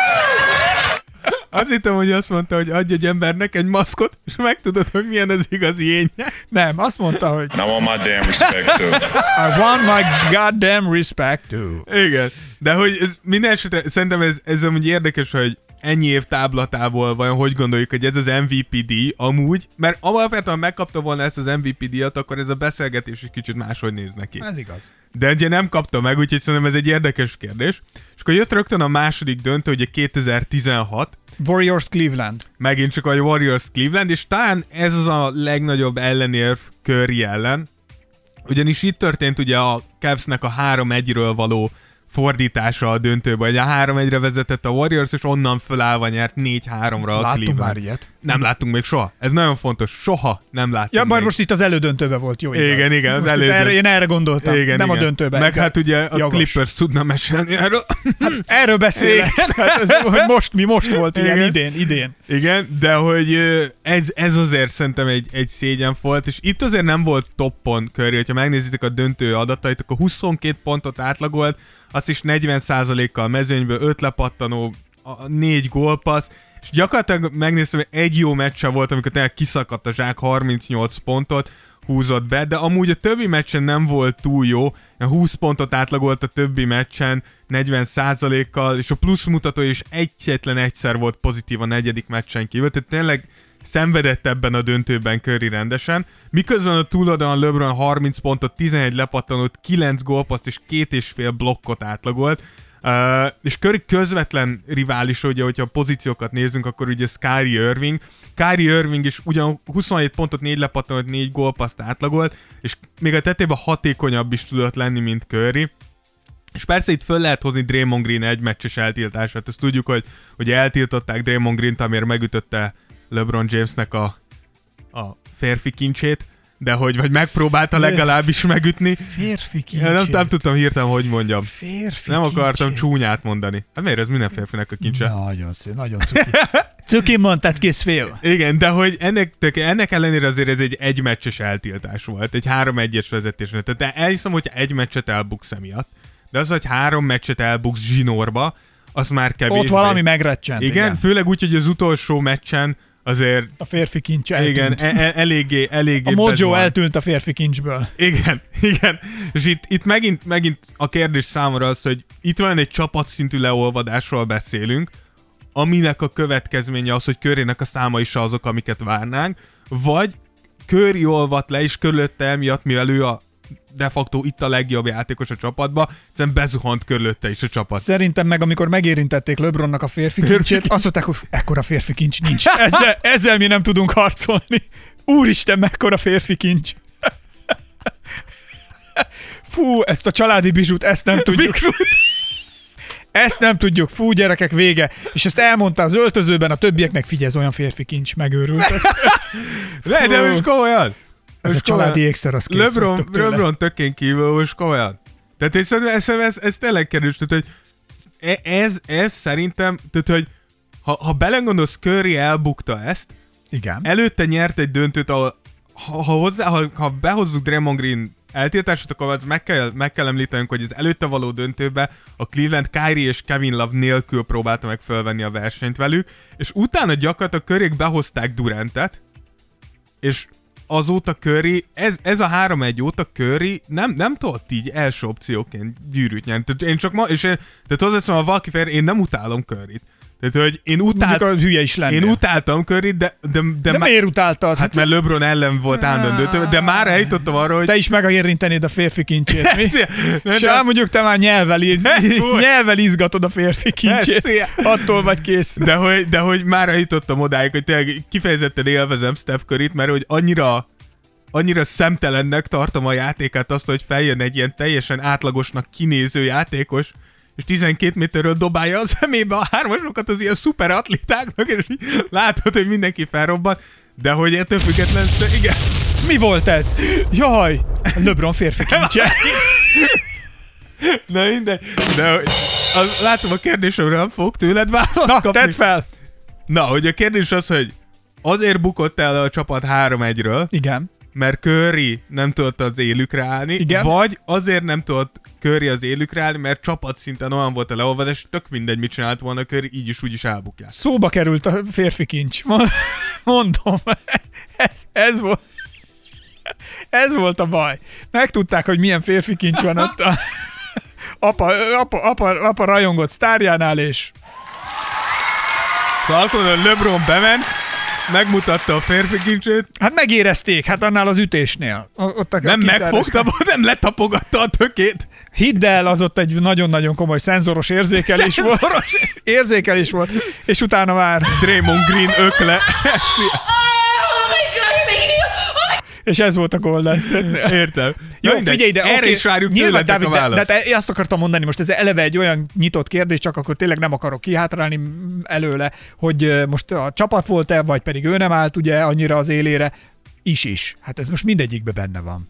Azt hittem, hogy azt mondta, hogy adj egy embernek egy maszkot, és megtudod, hogy milyen az igazi énje. Nem, azt mondta, hogy I want my damn respect too. I want my goddamn respect too. Igen, de hogy ez, minden esetre szerintem ez, ez amúgy érdekes, hogy ennyi év táblatából vajon hogy gondoljuk, hogy ez az em vé pé díj amúgy, mert alapvetően megkapta volna ezt az em vé pé díjat, akkor ez a beszélgetés is kicsit máshogy néz neki. Ez igaz. De ugye nem kapta meg, úgyhogy szerintem ez egy érdekes kérdés. És akkor jött rögtön a második döntő, ugye kétezer-tizenhat. Warriors Cleveland. Megint csak a Warriors Cleveland, és talán ez az a legnagyobb ellenérv Curry ellen. Ugyanis itt történt ugye a Cavsnek a három egyről való fordítása a döntőben, hogy a három egyre vezetett a Warriors, és onnan fölállva nyert négy háromra a Láttunk Cleveland. már ilyet. nem láttunk még soha. Ez nagyon fontos. Soha nem láttunk Ja, majd még. most itt az elődöntőben volt jó, igaz. Igen, igen, az most elődöntő. erre, én erre gondoltam, igen, nem igen. a döntőben. Meg hát ugye a Jogos. Clippers tudna mesélni erről. Hát erről beszélek. Hát ez, hogy most, mi most volt ilyen Igen. idén, idén. Igen, de hogy ö, ez, ez azért szerintem egy, egy szégyen volt, és itt azért nem volt toppon Curry, hogyha megnézitek a döntő adatait, akkor huszonkét pontot átlagolt, azt is negyven százalékkal mezőnyből, öt lepattanó, a négy gólpassz, és gyakorlatilag megnéztem, hogy egy jó meccse volt, amikor tényleg kiszakadt a zsák, harmincnyolc pontot húzott be, de amúgy a többi meccsen nem volt túl jó, húsz pontot átlagolt a többi meccsen negyven százalékkal, és a plusz mutató is egyetlen egyszer volt pozitív a negyedik meccsen kívül, tehát tényleg szenvedett ebben a döntőben Curry rendesen, miközben a túloldalon LeBron harminc pontot, tizenegy lepattanót, kilenc gólpaszt és két és fél blokkot átlagolt, Uh, és Curry közvetlen rivális, ugye, hogyha a pozíciókat nézzünk, akkor ugye ez Kyrie Irving. Kyrie Irving is ugyan huszonhét pontot, négy lepattanót, négy gólpaszt átlagolt, és még a tetében hatékonyabb is tudott lenni, mint Curry. És persze itt föl lehet hozni Draymond Green egy meccses eltiltását. Ezt tudjuk, hogy, hogy eltiltották Draymond Greent, amiért megütötte LeBron Jamesnek a, a férfi kincsét, de hogy vagy megpróbálta legalábbis megütni. Férfi kincsét. Ja, nem, nem tudtam hirtelen, hogy mondjam. Férfi Nem akartam kincsét. csúnyát mondani. Hát miért ez minden férfinek a kincse? Nagyon szép, nagyon cuki. Cuki mondtad, kész fél. Igen, de hogy ennek, ennek ellenére azért ez egy egymeccses eltiltás volt, egy három egyes vezetésnél. Tehát elhiszem, hogy egy meccset elbuksz emiatt, de az, hogy három meccset elbuksz zsinórba, az már kevés. Ott valami megrecsent. Igen, Igen, főleg úgy, hogy az utolsó meccsen azért a férfi kincs eltűnt. igen, e- e- eléggé, eléggé a mojo bezuhant. eltűnt a férfi kincsből. Igen, igen. És itt, itt megint, megint a kérdés számomra az, hogy itt van egy csapatszintű leolvadásról beszélünk, aminek a következménye az, hogy Currynek a számai se azok, amiket várnánk, vagy Curry olvadt le, és körülötte emiatt, mivel ő a de facto itt a legjobb játékos a csapatba, hiszen bezuhant körülötte is a csapat. Szerintem meg, amikor megérintették LeBronnak a férfi kincsét, azt mondták, hogy ekkora férfi kincs nincs. Ezzel, ezzel mi nem tudunk harcolni. Úristen, mekkora férfi kincs. Fú, ezt a családi bizsút, ezt nem tudjuk. Ezt nem tudjuk. Fú, gyerekek, vége. És ezt elmondta az öltözőben, a többiek meg figyelj, olyan férfi kincs, megőrültek. Le, de most komolyan! Ez Most a családi ékszer, az kész. LeBron, vagytok tőle. LeBron tökén kívül, most komolyan. Tehát én szerintem ez, ez, ez tényleg kerül, tehát, hogy e- ez, ez szerintem, tehát, hogy ha, ha belegondolsz, Curry elbukta ezt, Igen. előtte nyert egy döntőt, ahol ha, ha, hozzá, ha, ha behozzuk Draymond Green eltiltását, akkor az meg kell, meg kell említenünk, hogy az előtte való döntőbe a Cleveland Kyrie és Kevin Love nélkül próbálta meg fölvenni a versenyt velük, és utána gyakorlatilag Curryk behozták Durantet, és azóta Curry, ez, ez a három egy óta Curry nem, nem tudott így első opcióként gyűrűt nyerni. Tehát én csak ma, és én, tehát hozzáteszem, a valaki fél, én nem utálom Curryt. Tehát, hogy én, utál, Mondjuk a hülye is lennél. én utáltam Curryt, de, de, de, De má- miért utáltad? hát mert LeBron ellen volt állandó döntő, de már eljutottam arra, hogy Te is megérintenéd a férfi kincsét, mi? Nem, És nem. mondjuk te már nyelvvel, iz, Fúj. nyelvvel izgatod a férfi kincsét. Szia. Attól vagy kész. De hogy, de hogy már eljutottam odáig, hogy tényleg kifejezetten élvezem Steph Curryt, mert hogy annyira annyira szemtelennek tartom a játékát azt, hogy feljön egy ilyen teljesen átlagosnak kinéző játékos, és tizenkét méterről dobálja a szemébe a hármasokat az ilyen szuper atlétáknak, és így látod, hogy mindenki felrobban, de hogy ettől független, igen. Mi volt ez? Jaj! A LeBron férfi kincse. Na mindegy, de hogy az, látom a kérdésemre nem fog tőled választ Na, kapni. tedd fel! Na, hogy a kérdés az, hogy azért bukott el a csapat három egyről, Igen. mert Curry nem tudott az élükre állni, Igen. vagy azért nem tudott Curry az élükre állni, mert csapatszinten olyan volt a leolvadás, tök mindegy, mit csinált volna Curry, így is úgy is elbukják. Szóba került a férfi kincs. Mondom. Ez, ez volt. Ez volt a baj. Megtudták, hogy milyen férfi kincs van ott a apa, apa, apa, apa rajongott sztárjánál, és Szóval azt mondod, LeBron bement, megmutatta a férfi kincsét, hát megérezték, hát annál az ütésnél. Ott a, nem a megfogta, nem letapogatta a tökét. Hidd el, az ott egy nagyon-nagyon komoly szenzoros érzékelés volt. Érzékelés volt, és utána már Draymond Green ökle. és ez volt a Golden State-nél. Értem. Jó, Na, mindegy, figyelj, de erre oké, is várjuk nyilván, tőletek Dávid, a de, választ. de, de azt akartam mondani, most ez eleve egy olyan nyitott kérdés, csak akkor tényleg nem akarok kihátrálni előle, hogy ö, most a csapat volt-e, vagy pedig ő nem állt ugye annyira az élére. Is-is. Hát ez most mindegyikben benne van.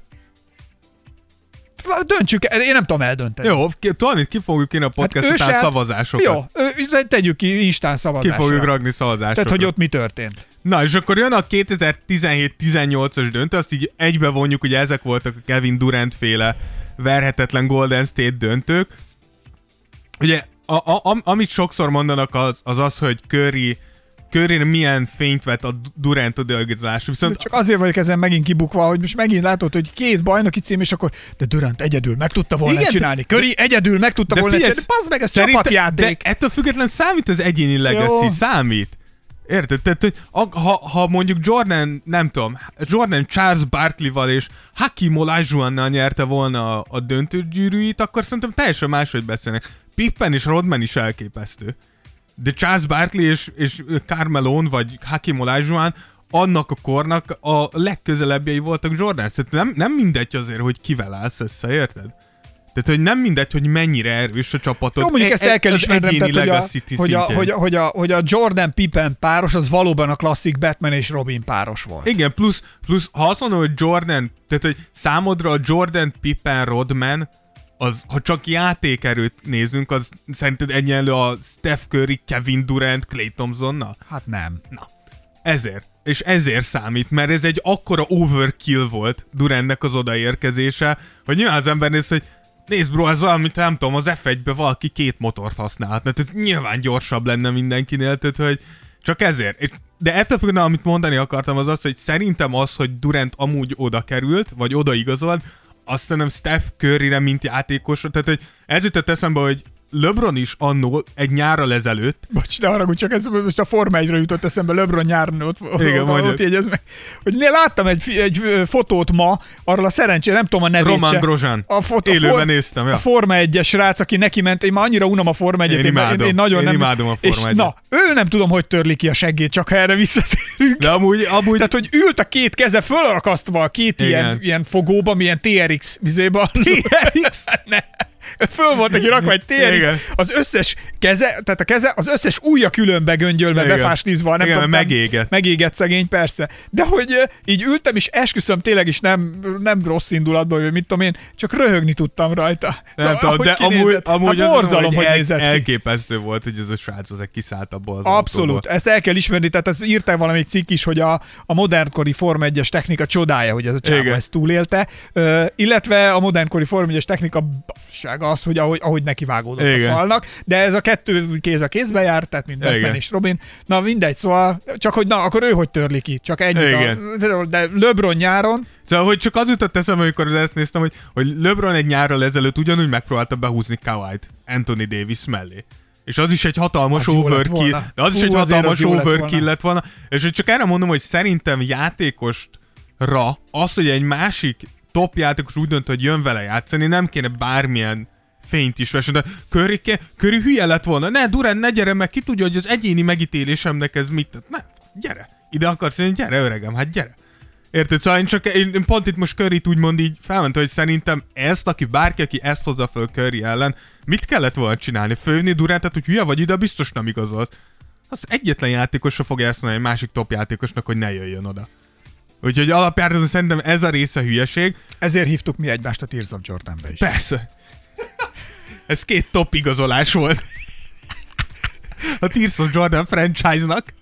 Döntsük, én nem tudom eldönteni. Jó, ki, tudod, ki fogjuk én a podcast ő után se- szavazásokat. Jó, ö, tegyük ki instán Ki szavazásra. fogjuk ragni szavazásokat. Tehát, hogy ott mi történt. Na, és akkor jön a kétezer-tizenhét tizennyolcas döntő, azt így egybe vonjuk, ugye ezek voltak a Kevin Durant féle verhetetlen Golden State döntők. Ugye, a, a, a, amit sokszor mondanak az az, az hogy Curry Curryre milyen fényt vett a Durant odaigazolás. De Viszont csak azért vagyok ezen megint kibukva, hogy most megint látod, hogy két bajnoki cím, és akkor de Durant egyedül meg tudta volna Igen, csinálni. Curry egyedül meg tudta de volna figyelj, csinálni. Pazd meg, ez szerint- csapatjáték. De ettől függetlenül számít az egyéni legacy, Jó. számít. Érted? Tehát, hogy a, ha, ha mondjuk Jordan, nem tudom, Jordan Charles Barkley-val és Hakeem Olajuwonnal nyerte volna a, a döntőgyűrűit, akkor szerintem teljesen máshogy beszélnek. Pippen és Rodman is elképesztő. De Charles Barkley és, és Carmelo vagy Hakeem Olajuwon annak a kornak a legközelebbjei voltak Jordan. Szóval nem, nem mindegy azért, hogy kivel állsz össze, érted? Tehát, hogy nem mindegy, hogy mennyire erős a csapatod. Jó, mondjuk ezt el kell az ismernem, egyéni tehát, hogy, a, legacy hogy, a, szintjén. hogy, a, hogy, a, hogy a Jordan-Pippen páros az valóban a klasszik Batman és Robin páros volt. Igen, plusz, plusz ha azt mondom, hogy Jordan, tehát, hogy számodra a Jordan, Pippen, Rodman, az, ha csak játékerőt nézünk, az szerinted egyenlő a Steph Curry, Kevin Durant, Klay Thompsonnal? Hát nem. Na, ezért. És ezért számít, mert ez egy akkora overkill volt Durantnek az odaérkezése, hogy nyilván az ember néz, hogy nézd bro, ez olyan, mint nem tudom, az ef egyben valaki két motort használhatna, tehát nyilván gyorsabb lenne mindenkinél, tehát hogy csak ezért. És, de ettől függően, amit mondani akartam, az az, hogy szerintem az, hogy Durant amúgy oda került, vagy odaigazolt, azt szerintem Steph Curryre, mint játékosra, tehát hogy ez jutott eszembe, hogy LeBron is annól egy nyárral ezelőtt. Bocs, ne haragudj, csak ez most a Forma egyről jutott eszembe, LeBron nyáron ott, Igen, ott, ott jegyez meg. Hogy né, láttam egy, egy fotót ma, arról a szerencsére, nem tudom a nevét Roman se. Grosjean. A fot, Élőben a for, néztem, ja. A Forma egyes srác, aki neki ment, én már annyira unom a Forma egyet. Én imádom. Én, én, nagyon Én nem, imádom a Forma és, egyet. na, ő nem tudom, hogy törli ki a seggét, csak ha erre visszatérünk. De amúgy, amúgy Tehát, hogy ült a két keze fölrakasztva a két ilyen, ilyen fogóba, milyen té er iksz vizéba. té er iksz? Ne. Föl volt neki rakva egy té er Igen. iksz, az összes keze, tehát a keze, az összes ujja külön begöngyölve, Igen. befáslizva, nem Igen, tudom, mert nem- megégett. Megégett szegény, persze. De hogy eh, így ültem, és esküszöm, tényleg is nem, nem rossz indulatból, vagy mit tudom én, csak röhögni tudtam rajta. nem tudom, ahogy de amúgy, kinézett, amúgy hát az borzalom, hogy el, nézett ki. elképesztő volt, hogy ez a srác az kiszállt abból az Abszolút, autóból. ezt el kell ismerni, tehát az írták valami cikk is, hogy a, a modernkori Forma egyes technika csodája, hogy ez a csávó Igen. ezt túlélte, uh, illetve a modernkori Forma egyes technika bassága az, hogy ahogy, ahogy neki vágódott Igen. a falnak, de ez a kettő kéz a kézbe jár, tehát mint Batman Igen. és Robin. Na mindegy, szóval csak hogy na, akkor ő hogy törli ki, csak ennyit. Igen. A, de LeBron nyáron, Szóval, hogy csak az jutott eszembe, amikor ezt néztem, hogy, hogy LeBron egy nyárral ezelőtt ugyanúgy megpróbálta behúzni Kawhi-t Anthony Davis mellé. És az is egy hatalmas Az jó lett overkill. volna. De az is Ú, egy azért hatalmas az jó lett overkill volna. lett volna. És hogy csak erre mondom, hogy szerintem játékosra az, hogy egy másik top játékos úgy dönt, hogy jön vele játszani, nem kéne bármilyen fényt is vesen. De Curry, Curry hülye lett volna. Ne, Durant, ne gyere meg, ki tudja, hogy az egyéni megítélésemnek ez mit. Ne, gyere. Ide akarsz jönni, gyere öregem, hát gyere. Érted? Szóval én csak én, én pont itt most Curryt úgymond így felment, hogy szerintem ezt, aki bárki, aki ezt hozza föl Curry ellen, mit kellett volna csinálni? Fővni Durantet, hogy hülye vagy ide, biztos nem igazolsz. Az egyetlen játékosra fogja ezt mondani egy másik top játékosnak, hogy ne jöjjön oda. Úgyhogy alapjáraton szerintem ez a része hülyeség. ezért hívtuk mi egymást a Tears of Jordanbe is. Persze. Ez két top igazolás volt. A Tears of Jordan franchise-nak.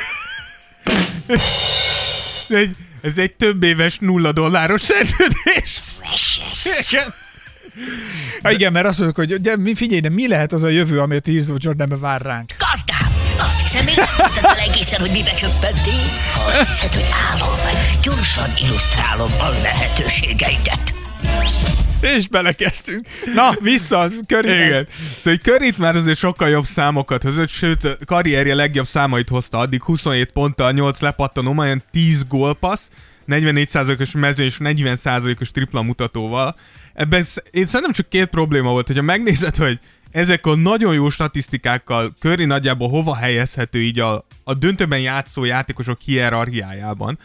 Egy, ez egy több éves nulla dolláros szerződés. Igen. Ha igen, mert azt mondjuk, hogy de mi, figyelj, de mi lehet az a jövő, ami a Tears of Jordanbe vár ránk? Gazdám! Azt hiszem, még nem mondtad el egészen, hogy mibe csöppentél. Ha azt hiszed, hogy álom, gyorsan illusztrálom a lehetőségeidet. És belekezdtünk. Na, vissza, Curryhez. Igen. Szóval egy Curryt már azért sokkal jobb számokat hozott, sőt, a karrierje legjobb számait hozta addig, huszonhét ponttal, nyolc lepattanó, olyan tíz gólpassz, negyvennégy százalékos mező és negyven százalékos tripla mutatóval. Ebben én szerintem csak két probléma volt, hogyha megnézed, hogy ezek a nagyon jó statisztikákkal Curry nagyjából hova helyezhető így a, a döntőben játszó játékosok hierarchiájában,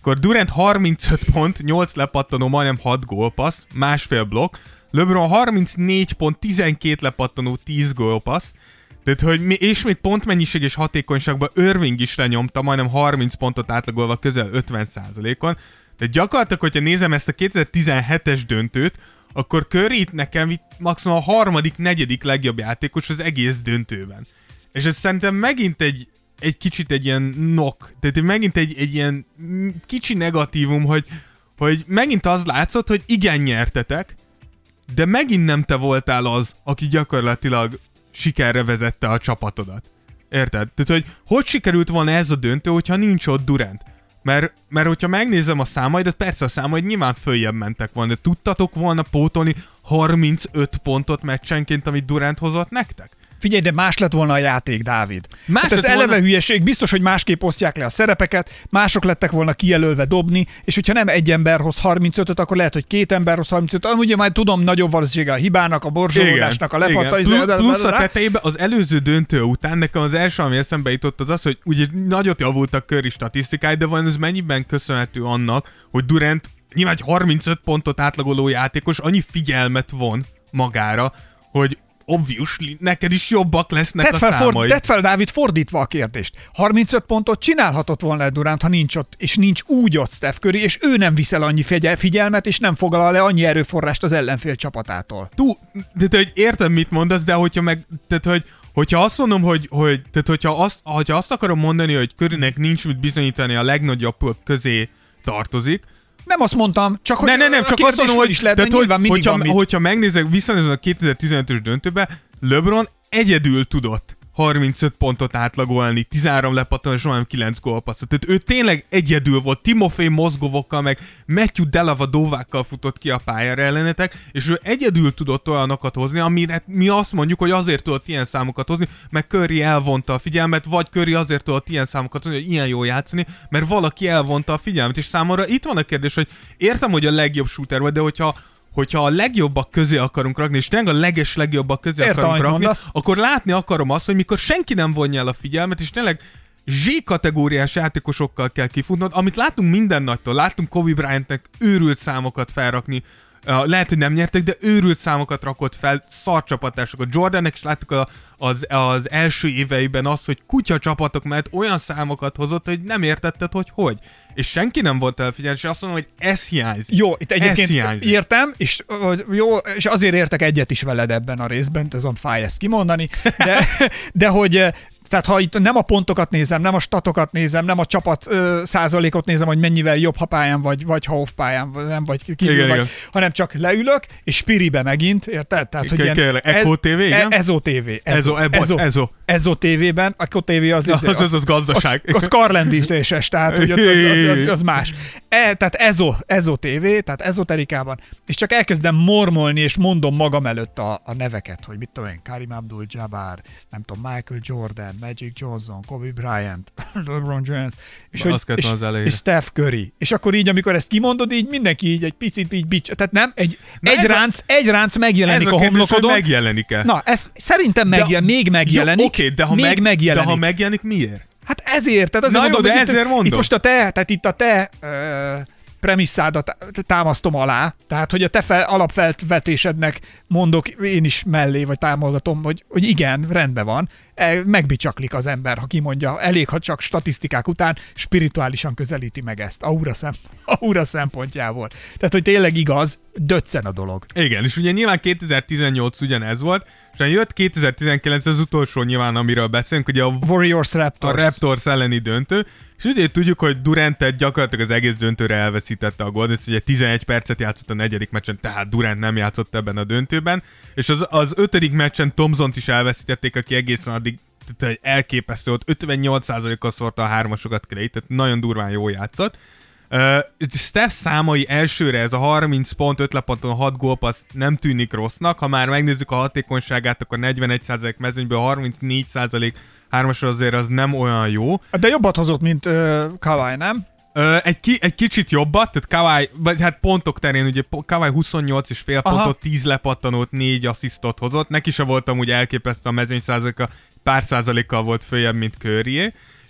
akkor Durant harmincöt pont, nyolc lepattanó, majdnem hat gólpassz, másfél blokk, LeBron harmincnégy pont, tizenkét lepattanó, tíz gólpassz, tehát, hogy mi, és még pontmennyiség és hatékonyságban Irving is lenyomta, majdnem harminc pontot átlagolva közel ötven százalékon. Tehát gyakorlatilag, hogyha nézem ezt a kétezer-tizenhetes döntőt, akkor Curry nekem itt maximum a harmadik, negyedik legjobb játékos az egész döntőben. És ez szerintem megint egy, egy kicsit egy ilyen knock, tehát megint egy, egy ilyen kicsi negatívum, hogy, hogy megint az látszott, hogy igen nyertetek, de megint nem te voltál az, aki gyakorlatilag sikerre vezette a csapatodat. Érted? Tehát, hogy hogy sikerült volna ez a döntő, hogyha nincs ott Durant? Mert, mert hogyha megnézem a számaidat, persze a számaid nyilván följebb mentek volna, de tudtatok volna pótolni harmincöt pontot meccsenként, amit Durant hozott nektek? Figyelj, de más lett volna a játék, Dávid. Más hát lett ez eleve volna... hülyeség, biztos, hogy másképp osztják le a szerepeket, mások lettek volna kijelölve dobni, és hogyha nem egy ember hoz harmincötöt, akkor lehet, hogy két ember hoz harmincötöt. Ugye már tudom, nagyobb valószínűsége a hibának, a borzsolódásnak, a lepatta. Plusz, plusz a tetejében az előző döntő után nekem az első, ami eszembe jutott, az az, hogy ugye nagyot javultak Curry statisztikái, de van ez mennyiben köszönhető annak, hogy Durant nyilván egy harmincöt pontot átlagoló játékos annyi figyelmet von magára, hogy obviously, neked is jobbak lesznek tedd a fel, számai. For, tedd fel, Dávid, fordítva a kérdést. harmincöt pontot csinálhatott volna Durant, ha nincs ott, és nincs úgy ott Steph Curry, és ő nem viszel annyi figyelmet, és nem foglal le annyi erőforrást az ellenfél csapatától. Tú, de te, hogy értem, mit mondasz, de hogyha meg, tehát, hogy hogyha azt mondom, hogy, hogy tehát, hogyha azt, hogyha azt akarom mondani, hogy Currynek nincs mit bizonyítani, a legnagyobb közé tartozik, nem azt mondtam, csak hogy ne, ne, nem, csak azt mondom, hogy, is lehet, tehát, hogy hogyha, van hogyha megnézek, visszanézem a kétezer-tizenötös döntőbe, LeBron egyedül tudott harmincöt pontot átlagolni, tizenhárom lepattanó és majdnem kilenc gólpasszot. Tehát ő tényleg egyedül volt, Timofey Mozgovokkal, meg Matthew Dellavedóvákkal futott ki a pályára ellenetek, és ő egyedül tudott olyanokat hozni, amire mi azt mondjuk, hogy azért tudott ilyen számokat hozni, mert Curry elvonta a figyelmet, vagy Curry azért tudott ilyen számokat hozni, hogy ilyen jól játszani, mert valaki elvonta a figyelmet. És számomra itt van a kérdés, hogy értem, hogy a legjobb shooter vagy, de hogyha hogyha a legjobbak közé akarunk rakni, és tényleg a leges legjobbak közé Értem, akarunk rakni, mondasz. akkor látni akarom azt, hogy mikor senki nem vonja el a figyelmet, és tényleg Z-kategóriás játékosokkal kell kifutnod, amit látunk minden nagytól. Látunk Kobe Bryantnek őrült számokat felrakni, Uh, lehet, hogy nem nyertek, de őrült számokat rakott fel, szarcsapatásokat. Jordannek is láttuk a, az, az első éveiben azt, hogy kutya csapatok mellett olyan számokat hozott, hogy nem értetted, hogy hogy. És senki nem volt elfigyelni, és azt mondom, hogy ez hiányzik. Jó, itt egyébként hiányzik. értem, és, jó, és azért értek egyet is veled ebben a részben, tudom, fáj ezt kimondani, de, de hogy tehát ha itt nem a pontokat nézem, nem a statokat nézem, nem a csapat ö, százalékot nézem, hogy mennyivel jobb, ha pályán vagy, vagy ha off pályán, nem vagy kívül igen, vagy, igen. hanem csak leülök, és spiribe megint, érted? Tehát, hogy ilyen, ilyen, Echo té vé, igen? Ezo té vé. Ezo, Ezo, Ezo. Ezo té vében, Echo té vé az, az, az, az, az gazdaság. Az, az karlendítéses, tehát hogy az, az, az, az más. E, tehát Ezo, Ezo té vé, tehát ezoterikában, és csak elkezdem mormolni, és mondom magam előtt a, a neveket, hogy mit tudom én, Kareem Abdul-Jabbar, nem tudom, Michael Jordan, Magic Johnson, Kobe Bryant, LeBron James, és, hogy, és, és Steph Curry. És akkor így, amikor ezt kimondod, így mindenki így egy picit így bics, tehát nem, egy, egy, ránc, a, egy ránc megjelenik a, a homlokodon. Megjelenik-e? Na, ez szerintem megjen, még megjelenik. Oké, okay, de, ha még meg, megjelenik. de ha megjelenik, miért? Hát ezért. Tehát azért Na mondom, jó, de itt, ezért mondom. Itt most a te, tehát itt a te uh, premisszádat támasztom alá, tehát hogy a te fel, alapfelvetésednek mondok én is mellé, vagy támogatom, hogy, hogy igen, rendben van, megbicsaklik az ember, ha kimondja, elég, ha csak statisztikák után spirituálisan közelíti meg ezt, aura, szem, aura szempontjából. Tehát, hogy tényleg igaz, döccen a dolog. Igen, és ugye nyilván kétezer-tizennyolc ugyanez volt, és jött kétezer-tizenkilenc az utolsó nyilván, amiről beszélünk, ugye a Warriors Raptors. A Raptors elleni döntő, és ugye tudjuk, hogy Durantet gyakorlatilag az egész döntőre elveszítette a Golden State, ugye tizenegy percet játszott a negyedik meccsen, tehát Durant nem játszott ebben a döntőben, és az, az ötödik meccsen Thompsont is elveszítették, aki egészen addig tehát elképesztő, ott ötvennyolc százalékkal szórta a hármasokat Clay, tehát nagyon durván jól játszott. Uh, Steph számai elsőre, ez a harminc pont, öt lepattanó, hat gólpassz nem tűnik rossznak, ha már megnézzük a hatékonyságát, akkor negyvenegy százalék mezőnyből, harmincnégy százalék hármasról azért az nem olyan jó. De jobbat hozott, mint uh, Kawhi, nem? Uh, egy, ki, egy kicsit jobbat, tehát Kawhi, vagy hát pontok terén, ugye Kawhi huszonnyolc és fél pontot, tíz lepattanót, négy asszisztot hozott, neki se voltam úgy elképesztő a mezőny százaléka, pár százalékkal volt följebb, mint Curryé.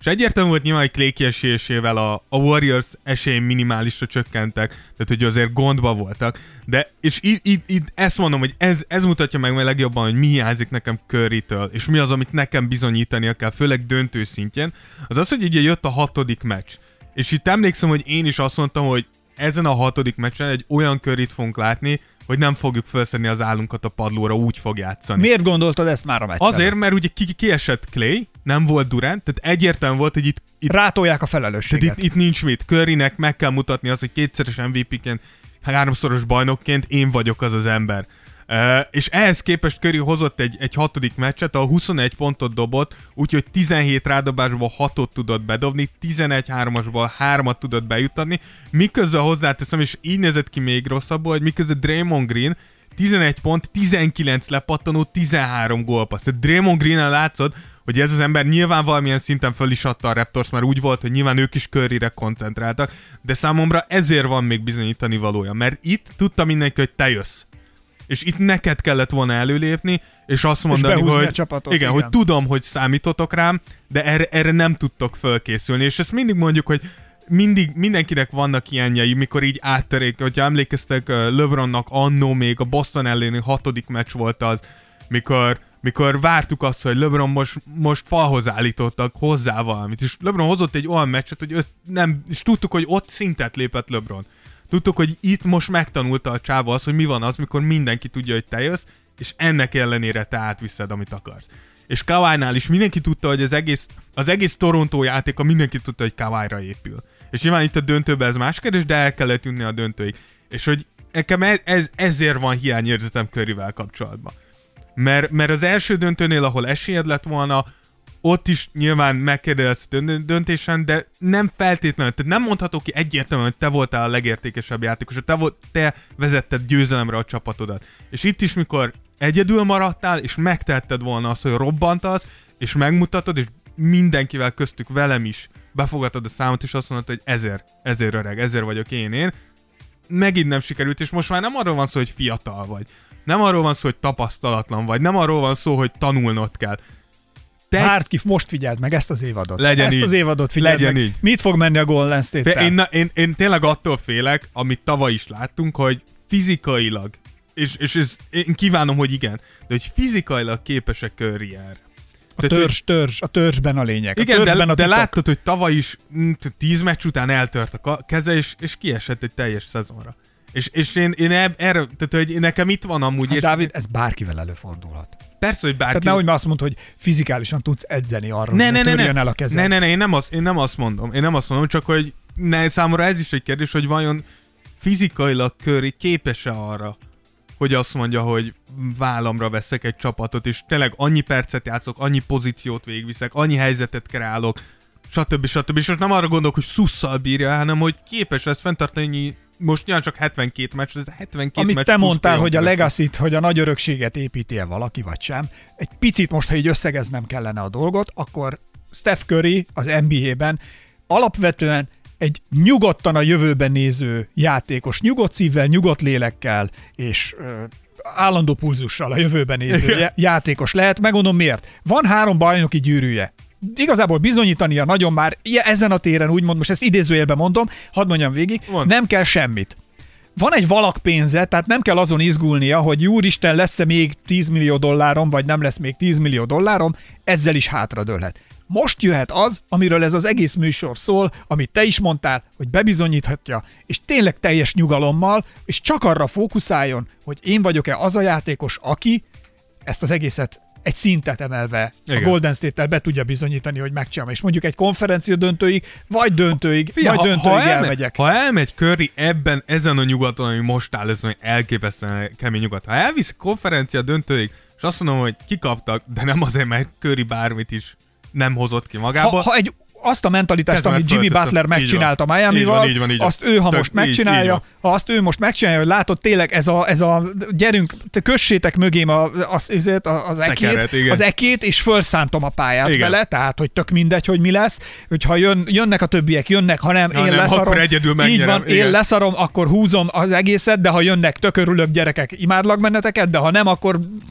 És egyértelmű volt nyilván, hogy Clay kiesésével a, a Warriors esély minimálisra csökkentek, tehát hogy azért gondba voltak. De, és itt, itt, itt ezt mondom, hogy ez, ez mutatja meg meg legjobban, hogy mi hiányzik nekem Currytől, és mi az, amit nekem bizonyítania kell, főleg döntő szintjén. Az az, hogy ugye jött a hatodik meccs. És itt emlékszem, hogy én is azt mondtam, hogy ezen a hatodik meccsen egy olyan Curryt fogunk látni, hogy nem fogjuk felszedni az állunkat a padlóra, úgy fog játszani. Miért gondoltad ezt már a meccsen? Azért, mert ugye ki, kiesett Clay, nem volt Durant, tehát egyértelmű volt, hogy itt... itt rátolják a felelősséget. Tehát itt, itt nincs mit. Currynek meg kell mutatni azt, hogy kétszeres em vé pé-ként, háromszoros bajnokként én vagyok az az ember. Uh, és ehhez képest Curry hozott egy, egy hatodik meccset, ahol huszonegy pontot dobott, úgyhogy tizenhét rádobásból hatot tudott bedobni, tizenegy hármasból hármat tudott bejuttatni, miközben hozzáteszem, és így nézett ki még rosszabbul, hogy miközben Draymond Green tizenegy pont, tizenkilenc lepattanó, tizenhárom gólpassz. Tehát Draymond Greenen látszott, hogy ez az ember nyilván valamilyen szinten föl is adta a Raptors, mert úgy volt, hogy nyilván ők is Curryre koncentráltak, de számomra ezért van még bizonyítani valója, mert itt tudta mindenki, hogy te jössz. És itt neked kellett volna előlépni, és azt mondani, és hogy, a csapatot, igen, igen, hogy tudom, hogy számítotok rám, de erre, erre nem tudtok fölkészülni. És ezt mindig mondjuk, hogy mindig, mindenkinek vannak ilyenjei, mikor így átterék, hogyha emlékeztek LeBronnak annó még a Boston elleni hatodik meccs volt az, mikor, mikor vártuk azt, hogy LeBron most, most falhoz állítottak hozzá valamit, és LeBron hozott egy olyan meccset, hogy össz, nem, és tudtuk, hogy ott szintet lépett LeBron. Tudtuk, hogy itt most megtanulta a csáva az, hogy mi van az, mikor mindenki tudja, hogy te jössz, és ennek ellenére te átviszed, amit akarsz. És Kawhi-nál is mindenki tudta, hogy az egész, az egész Toronto játéka mindenki tudta, hogy Kawhi-ra épül. És nyilván itt a döntőben ez más kérdés, de el kellett jutni a döntőig. És hogy nekem ez, ezért van hiányérzetem Curryvel kapcsolatban. Mert, mert az első döntőnél, ahol esélyed lett volna, ott is nyilván megkérdez döntésen, de nem feltétlenül, tehát nem mondható ki egyértelműen, hogy te voltál a legértékesebb játékos, te, volt, te vezetted győzelemre a csapatodat. És itt is, mikor egyedül maradtál, és megtehetted volna azt, hogy robbantasz, és megmutatod, és mindenkivel köztük velem is befogadtad a számot, és azt mondod, hogy ezért, ezért öreg, ezért vagyok én én. Megint nem sikerült, és most már nem arról van szó, hogy fiatal vagy. Nem arról van szó, hogy tapasztalatlan vagy. Nem arról van szó, hogy tanulnod kell. Te... Hárt ki, most figyeld meg ezt az évadot. Legyen ezt így. az évadot figyeld Legyen meg. Így. Mit fog menni a Golden State-tel? Én, én, én tényleg attól félek, amit tavaly is láttunk, hogy fizikailag, és, és ez, én kívánom, hogy igen, de hogy fizikailag képesek Curry erre. A Tehát, törzs, törzs, a törzsben a lényeg. Igen, a de, a de láttad, hogy tavaly is tíz meccs után eltört a keze, és, és kiesett egy teljes szezonra. És, és én, én erre, tehát hogy nekem itt van amúgy... Hát és Dávid, ez bárkivel előfordulhat. Persze, hogy bárki... Tehát nehogy már azt mondod, hogy fizikálisan tudsz edzeni arra, ne, hogy ne, ne törjön ne, el a kezed. Ne, ne, ne, én nem, azt, én nem azt mondom. Én nem azt mondom, csak hogy ne, számomra ez is egy kérdés, hogy vajon fizikailag Curry képes-e arra, hogy azt mondja, hogy vállamra veszek egy csapatot, és tényleg annyi percet játszok, annyi pozíciót végigviszek, annyi helyzetet kreálok, stb. stb. És most nem arra gondolok, hogy szusszal bírja, hanem hogy képes lesz fenntartani, most nyilván csak hetvenkét meccs, ez hetvenkét Amit meccs. te mondtál, hogy a legacy-t, hogy a nagy örökséget építi-e valaki, vagy sem. Egy picit most, ha így összegeznem kellene a dolgot, akkor Steph Curry az en bé á-ben alapvetően egy nyugodtan a jövőben néző játékos, nyugodt szívvel, nyugodt lélekkel és ö, állandó pulzussal a jövőben néző játékos lehet. Megmondom miért. Van három bajnoki gyűrűje. Igazából bizonyítania nagyon már ezen a téren, úgymond, most ezt idézőjelben mondom, hadd mondjam végig, van. Nem kell semmit. Van egy valak pénze, tehát nem kell azon izgulnia, hogy úristen, lesz-e még tíz millió dollárom, vagy nem lesz még tíz millió dollárom, ezzel is hátradőlhet. Most jöhet az, amiről ez az egész műsor szól, amit te is mondtál, hogy bebizonyíthatja, és tényleg teljes nyugalommal, és csak arra fókuszáljon, hogy én vagyok-e az a játékos, aki ezt az egészet egy szintet emelve igen. a Golden State-tel be tudja bizonyítani, hogy megcsinálom. És mondjuk egy konferencia döntőig, vagy döntőig, Fia, vagy ha, döntőig ha elmegy, elmegyek. Ha elmegy Curry ebben, ezen a nyugaton, ami most áll, ez egy elképesztően kemény nyugat. Ha elvisz konferencia döntőig, és azt mondom, hogy kikaptak, de nem azért, mert Curry bármit is nem hozott ki magából. Ha, ha egy azt a mentalitást, amit Jimmy Butler megcsinálta Miamival, így van, így van. Azt ő, ha Tök, most megcsinálja, így, így ha azt ő most megcsinálja, hogy látod, tényleg ez a, ez a gyerünk, kössétek mögém a, az, az, ekét, az ekét, és felszántom a pályát igen. vele, tehát, hogy tök mindegy, hogy mi lesz, hogyha jön, jönnek a többiek, jönnek, ha nem, ha én nem, leszarom. Akkor egyedül így van, igen. én leszarom, akkor húzom az egészet, de ha jönnek, tök örülök, gyerekek, imádlak benneteket, de ha nem, akkor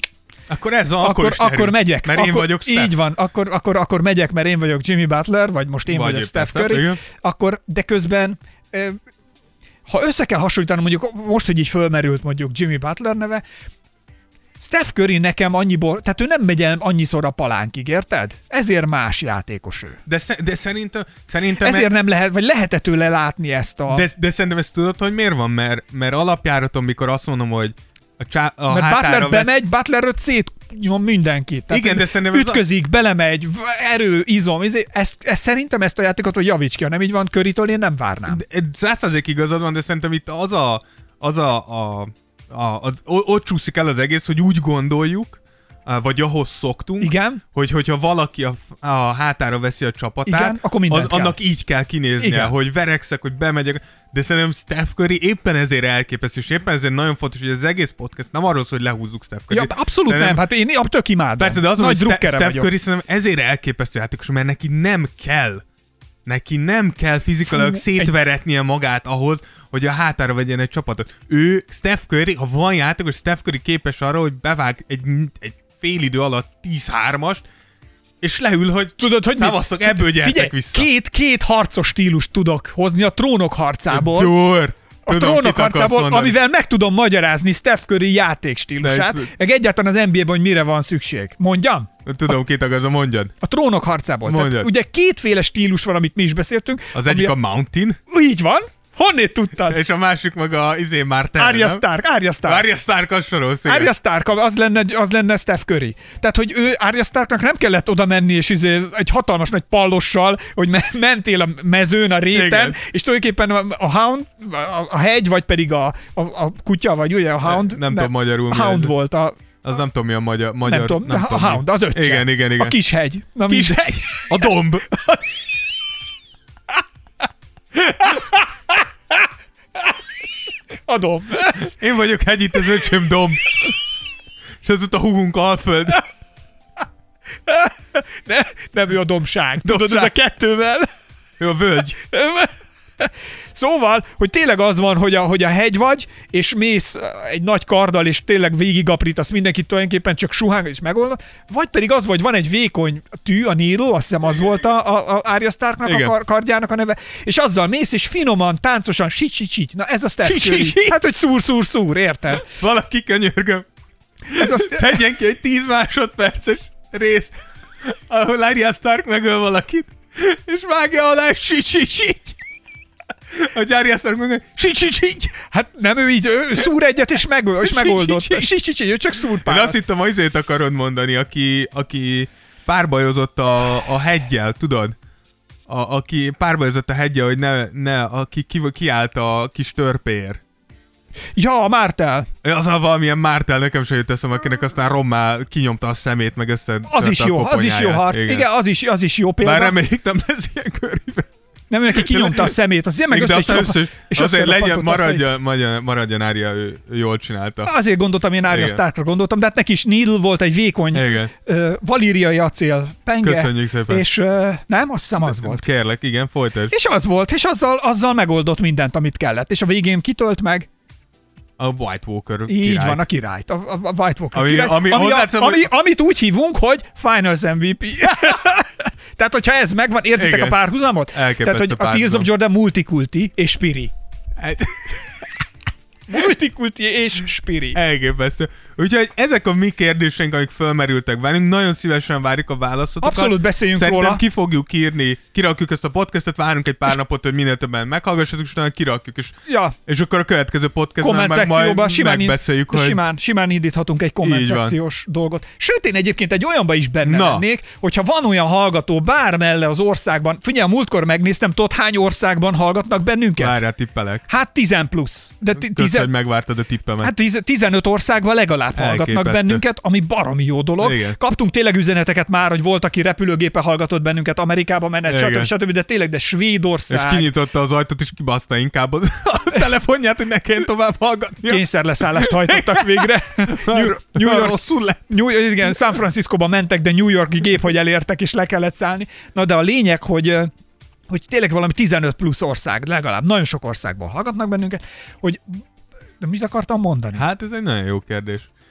Akkor ez van, akkor, akkor, akkor megyek. Mert akkor, én vagyok Steph. Így van, akkor, akkor, akkor megyek, mert én vagyok Jimmy Butler, vagy most én Vagy vagyok éppen Steph Curry. Steph, Akkor, de közben, ha össze kell hasonlítanom, mondjuk most, hogy így fölmerült mondjuk Jimmy Butler neve, Steph Curry nekem annyiból, tehát ő nem megy el annyiszor a palánkig, érted? Ezért más játékos ő. De, sze, de szerintem... szerintem Ezért nem lehet, vagy lehet-e tőle látni ezt a... De, de szerintem ezt tudod, hogy miért van? Mert, mert alapjáraton, mikor azt mondom, hogy a, csá, a Mert hátára Butler vesz... bemegy, Butler öt szét nyom mindenkit. Tehát Igen, de szerintem ez ütközik, a... belemegy, erő, izom. Ezt, ezt, szerintem ezt a játékot, hogy javíts ki, ha nem így van, Currytől én nem várnám. Száz százalék igazad van, de szerintem itt az a... Az a, a, a az, ott csúszik el az egész, hogy úgy gondoljuk, vagy ahhoz szoktunk, igen? hogy hogyha valaki a, a hátára veszi a csapatát, igen? Akkor az, annak így kell kinéznie, igen. hogy verekszek, hogy bemegyek, de szerintem Steph Curry éppen ezért elképesztő, és éppen ezért nagyon fontos, hogy az egész podcast nem arról szól, hogy lehúzzuk Steph Curry. Ja, abszolút szerintem, nem, hát én tök imádom. Persze, de az, Nagy hogy Steph vagyok. Curry szerintem ezért elképesztő játékos, mert neki nem kell Neki nem kell fizikailag szétveretnie magát ahhoz, hogy a hátára vegyen egy csapatot. Ő, Steph Curry, ha van játékos, Steph Curry képes arra, hogy bevág egy, egy fél idő alatt tíz hármast, és leül, hogy tudod, hogy szavaztok, ebből gyertek figyelj, vissza. Két, két harcos stílust tudok hozni a Trónok harcából. Dur. A Tudom, Trónok harcából, amivel meg tudom magyarázni Steph Curry játékstílusát, meg egyáltalán az en bé á-ban, hogy mire van szükség. Mondjam? Tudom, két akarsz, mondjad. A Trónok harcából. Tehát, ugye kétféle stílus van, amit mi is beszéltünk. Az egyik a, a Mountain. Így van. Honnét tudtad? És a másik meg a izé Martel. Arya Stark, Arya Stark. Arya Stark az soros. Arya Stark, az lenne, az lenne Steph Curry. Tehát, hogy ő Arya Starknak nem kellett oda menni, és izé egy hatalmas nagy pallossal, hogy me- mentél a mezőn, a réten, igen. És tulajdonképpen a, a Hound, a, a hegy, vagy pedig a, a, a kutya, vagy ugye a Hound. Nem, nem tudom magyarul. A Hound volt a... Az nem tudom, mi a magyar... magyar nem tudom, nem a tudom Hound, az öccse. Igen, igen, igen. A kis hegy. Na, kis hegy? A domb. A domb. Én vagyok hegy, itt az öcsém domb. És az ott a húgunk Alföld. Ne, nem ő a dombság. dombság. Tudod, ez a kettővel. Ő a völgy. Szóval, hogy tényleg az van, hogy a, hogy a hegy vagy, és mész egy nagy karddal, és tényleg végigaprítasz mindenkit tulajdonképpen csak suhán, és megoldod, vagy pedig az, hogy van egy vékony tű, a Needle, azt hiszem az volt a, a, a Arya Starknak igen. a kar, kardjának a neve, és azzal mész, és finoman, táncosan, sit-sit-sit. Na ez a Steph Curry. Hát, hogy szúr-szúr-szúr, érted? Valaki könyörgöm. Ez a... Szedjen ki egy tíz másodperces részt, ahol Arya Stark megöl valakit, és vágja alá, és sit-sit-sit. A Arya Stark mondja, sit-sit-sit. Hát nem, ő így ő szúr egyet, és, meg, és megoldott. Sit-sit-sit, ő csak szúr párat. Én azt hittem, hogy azért akarod mondani, aki, aki párbajozott a, a heggyel, tudod? A, aki párbajozott a heggyel, hogy ne, ne aki ki, kiállt a kis törpér. Ja, a Martel. Az a valamilyen Martel, nekem se jött eszem, akinek aztán rommá kinyomta a szemét, meg össze. Az is jó, az is jó harc. Igen, Igen az, is, az is jó példa. Bár reméljük nem lesz ilyen körülbelül. Nem, neki kinyomta a szemét, az meg össze, össze, össze, és azért legyen, maradjon, maradjon, maradjon Arya, ő, ő jól csinálta. Azért gondoltam, én Arya Starkra gondoltam, de hát neki is Needle volt egy vékony uh, valíriai acél penge. Köszönjük szépen. És uh, nem, azt hiszem az volt. Kérlek, igen, folytasd. És az volt, és azzal, azzal megoldott mindent, amit kellett. És a végén kitölt meg a White Walker Így királyt. van, a királyt. A, a, a White Walker ami, királyt. Ami, ami, a, szem, ami, amit úgy hívunk, hogy Finals em vé pé. Tehát, hogyha ez megvan, érzitek igen. a párhuzamot? Elképesztő Tehát, hogy a, a Tears of Jordan multikulti és spiri. Multikulti és spiri. Elképesztő. Úgyhogy ezek a mi kérdéseink, amik fölmerültek bennünk, nagyon szívesen várjuk a válaszotokat. Abszolút beszéljünk Szerintem róla. ki fogjuk írni, kirakjuk ezt a podcastet, várunk egy pár és napot, hogy minél többen meghallgassatok, és utána kirakjuk, és, ja. és akkor a következő podcastben meg majd simán megbeszéljük, hogy... Simán, simán indíthatunk egy kommentszekciós dolgot. Sőt, én egyébként egy olyanba is benne Na. lennék, hogyha van olyan hallgató bármelle az országban, figyelj, múltkor megnéztem, tudod, hány országban hallgatnak bennünket? Várjál, tippelek. Hát tíz plusz. De t- Kösz, hogy megvártad a tippemet. Hát tíz, tizenöt országban legalább hallgatnak bennünket, ami baromi jó dolog. Igen. Kaptunk tényleg üzeneteket már, hogy volt, aki repülőgépe hallgatott bennünket, Amerikába menet, stb. stb. De tényleg, de Svédország. És kinyitotta az ajtót, és kibaszta inkább a telefonját, hogy ne kelljen tovább hallgatni. Kényszerleszállást hajtottak végre. New, New York, rosszul lett. New, igen, San Franciscoba mentek, de New Yorki gép, hogy elértek, és le kellett szállni. Na de a lényeg, hogy hogy tényleg valami tizenöt plusz ország, legalább nagyon sok országból hallgatnak bennünket, hogy de mit akartam mondani? Hát ez egy nagyon jó kérdés.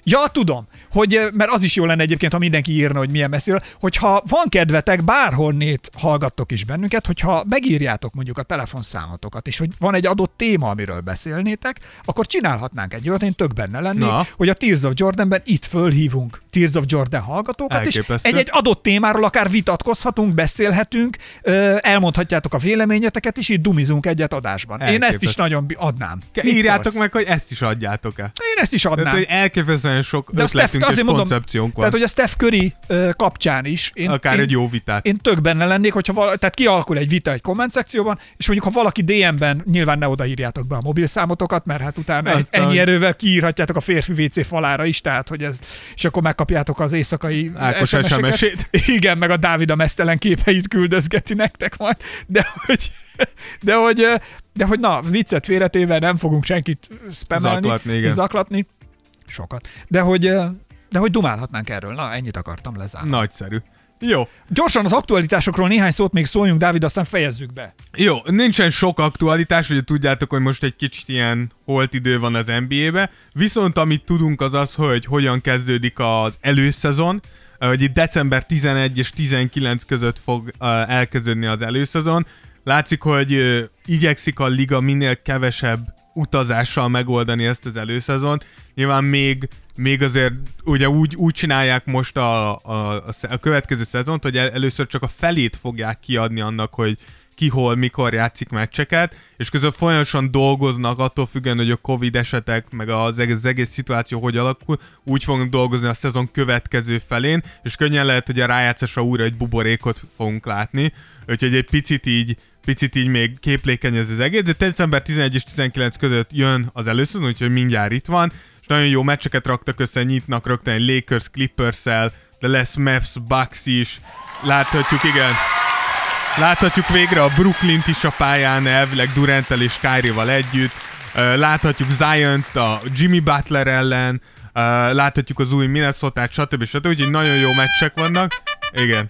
Ja, tudom, hogy, mert az is jó lenne egyébként, ha mindenki írna, hogy milyen messziről, hogyha van kedvetek, bárhonnét hallgattok is bennünket, hogyha megírjátok mondjuk a telefonszámotokat, és hogy van egy adott téma, amiről beszélnétek, akkor csinálhatnánk egy olyat, én tök benne lennék, Na. hogy a Tears of Jordanben itt fölhívunk Tears of Jordan hallgatókat, Elképesztő. és egy-egy adott témáról akár vitatkozhatunk, beszélhetünk, elmondhatjátok a véleményeteket, és így dumizunk egyet adásban. Én ezt is nagyon adnám. Írjátok meg, hogy ezt is adjátok-e. Én ezt is adnám. Tehát, hogy elképesztően sok de ötletünk Steph, és koncepciónk van. Tehát, hogy a Steph Curry uh, kapcsán is. Én, akár én, egy jó vitát. Én tök benne lennék, hogyha vala, tehát kialakul egy vita egy komment szekcióban, és mondjuk, ha valaki dé em-ben, nyilván ne odaírjátok be a mobilszámotokat, mert hát utána egy, ennyi hogy... erővel kiírhatjátok a férfi vé cé falára is, tehát, hogy ez, és akkor megkapjátok az éjszakai Ákos es em es-ét. Igen, meg a Dávid a mesztelen képeit küldözgeti nektek majd, de hogy... De hogy, de hogy na, viccet félretéve nem fogunk senkit spamelni, zaklatni, igen. zaklatni, sokat. De hogy, de hogy dumálhatnánk erről. Na, ennyit akartam lezárni. Nagyszerű. Jó. Gyorsan az aktualitásokról néhány szót még szóljunk, Dávid, aztán fejezzük be. Jó, nincsen sok aktualitás, ugye tudjátok, hogy most egy kicsit ilyen holt idő van az en bé á-be, viszont amit tudunk az az, hogy hogyan kezdődik az előszezon, hogy itt december tizenegy és tizenkilenc között fog elkezdődni az előszezon. Látszik, hogy uh, igyekszik a liga minél kevesebb utazással megoldani ezt az előszezont. Nyilván még, még azért ugye úgy, úgy csinálják most a, a, a következő szezont, hogy el, először csak a felét fogják kiadni annak, hogy ki hol, mikor játszik meccseket, és közben folyamatosan dolgoznak, attól függően, hogy a Covid esetek, meg az egész, az egész szituáció hogy alakul, úgy fognak dolgozni a szezon következő felén, és könnyen lehet, hogy a rájátszásra újra egy buborékot fogunk látni, úgyhogy egy picit így, picit így még képlékeny ez az egész, de december tizenegy és tizenkilenc között jön az előszezon, úgyhogy mindjárt itt van, és nagyon jó meccseket raktak össze, nyitnak rögtön egy Lakers Clippers-szel, de lesz Mavs Bucks is, láthatjuk, igen, láthatjuk végre a Brooklynt is a pályán, elvileg Duranttel és Kyrie-val együtt. Láthatjuk Ziont a Jimmy Butler ellen, láthatjuk az új Minnesotát, stb. stb. Úgyhogy nagyon jó meccsek vannak. Igen.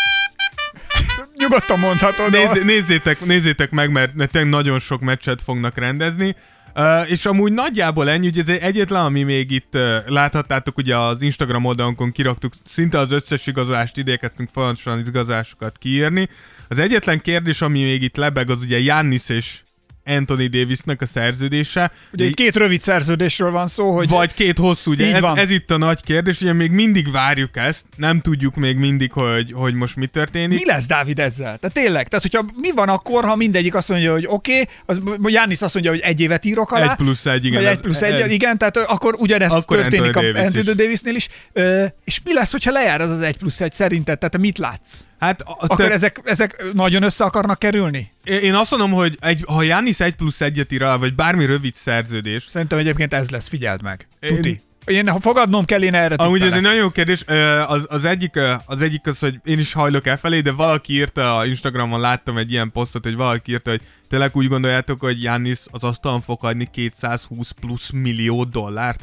Nyugodtan mondhatod. Nézz, nézzétek, nézzétek meg, mert tényleg nagyon sok meccset fognak rendezni. Uh, és amúgy nagyjából ennyi, ugye ez egy egyetlen, ami még itt uh, láthattátok, ugye az Instagram oldalunkon kiraktuk, szinte az összes igazolást, idékeztünk folyamatosan igazolásokat kiírni. Az egyetlen kérdés, ami még itt lebeg, az ugye Giannis és Anthony Davisnek a szerződése. Ugye egy két rövid szerződésről van szó, hogy... Vagy két hosszú, ugye ez, ez itt a nagy kérdés, ugye még mindig várjuk ezt, nem tudjuk még mindig, hogy, hogy most mi történik. Mi lesz, Dávid, ezzel? Tehát tényleg, tehát hogyha mi van akkor, ha mindegyik azt mondja, hogy oké, okay, Giannis azt mondja, hogy egy évet írok alá. Egy plusz egy, igen. Vagy egy plusz egy, egy, igen, tehát akkor ugyanezt akkor történik Anthony a Anthony Davisnél is. Ö, és mi lesz, hogyha lejár az az egy plusz egy szerinted? Tehát te mit látsz? Hát a, akkor te... ezek, ezek nagyon össze akarnak kerülni? Én azt mondom, hogy egy, ha Giannis egy plusz egyet ír alá, vagy bármi rövid szerződés. Szerintem egyébként ez lesz, figyeld meg. Tuti. Én, én ha fogadnom kell, én erre amúgy ez egy nagyon jó kérdés. Az, az, egyik, az egyik az, hogy én is hajlok elfelé, de valaki írta a Instagramon, láttam egy ilyen posztot, hogy valaki írta, hogy tényleg úgy gondoljátok, hogy Giannis az asztalon fog adni kétszázhúsz plusz millió dollárt?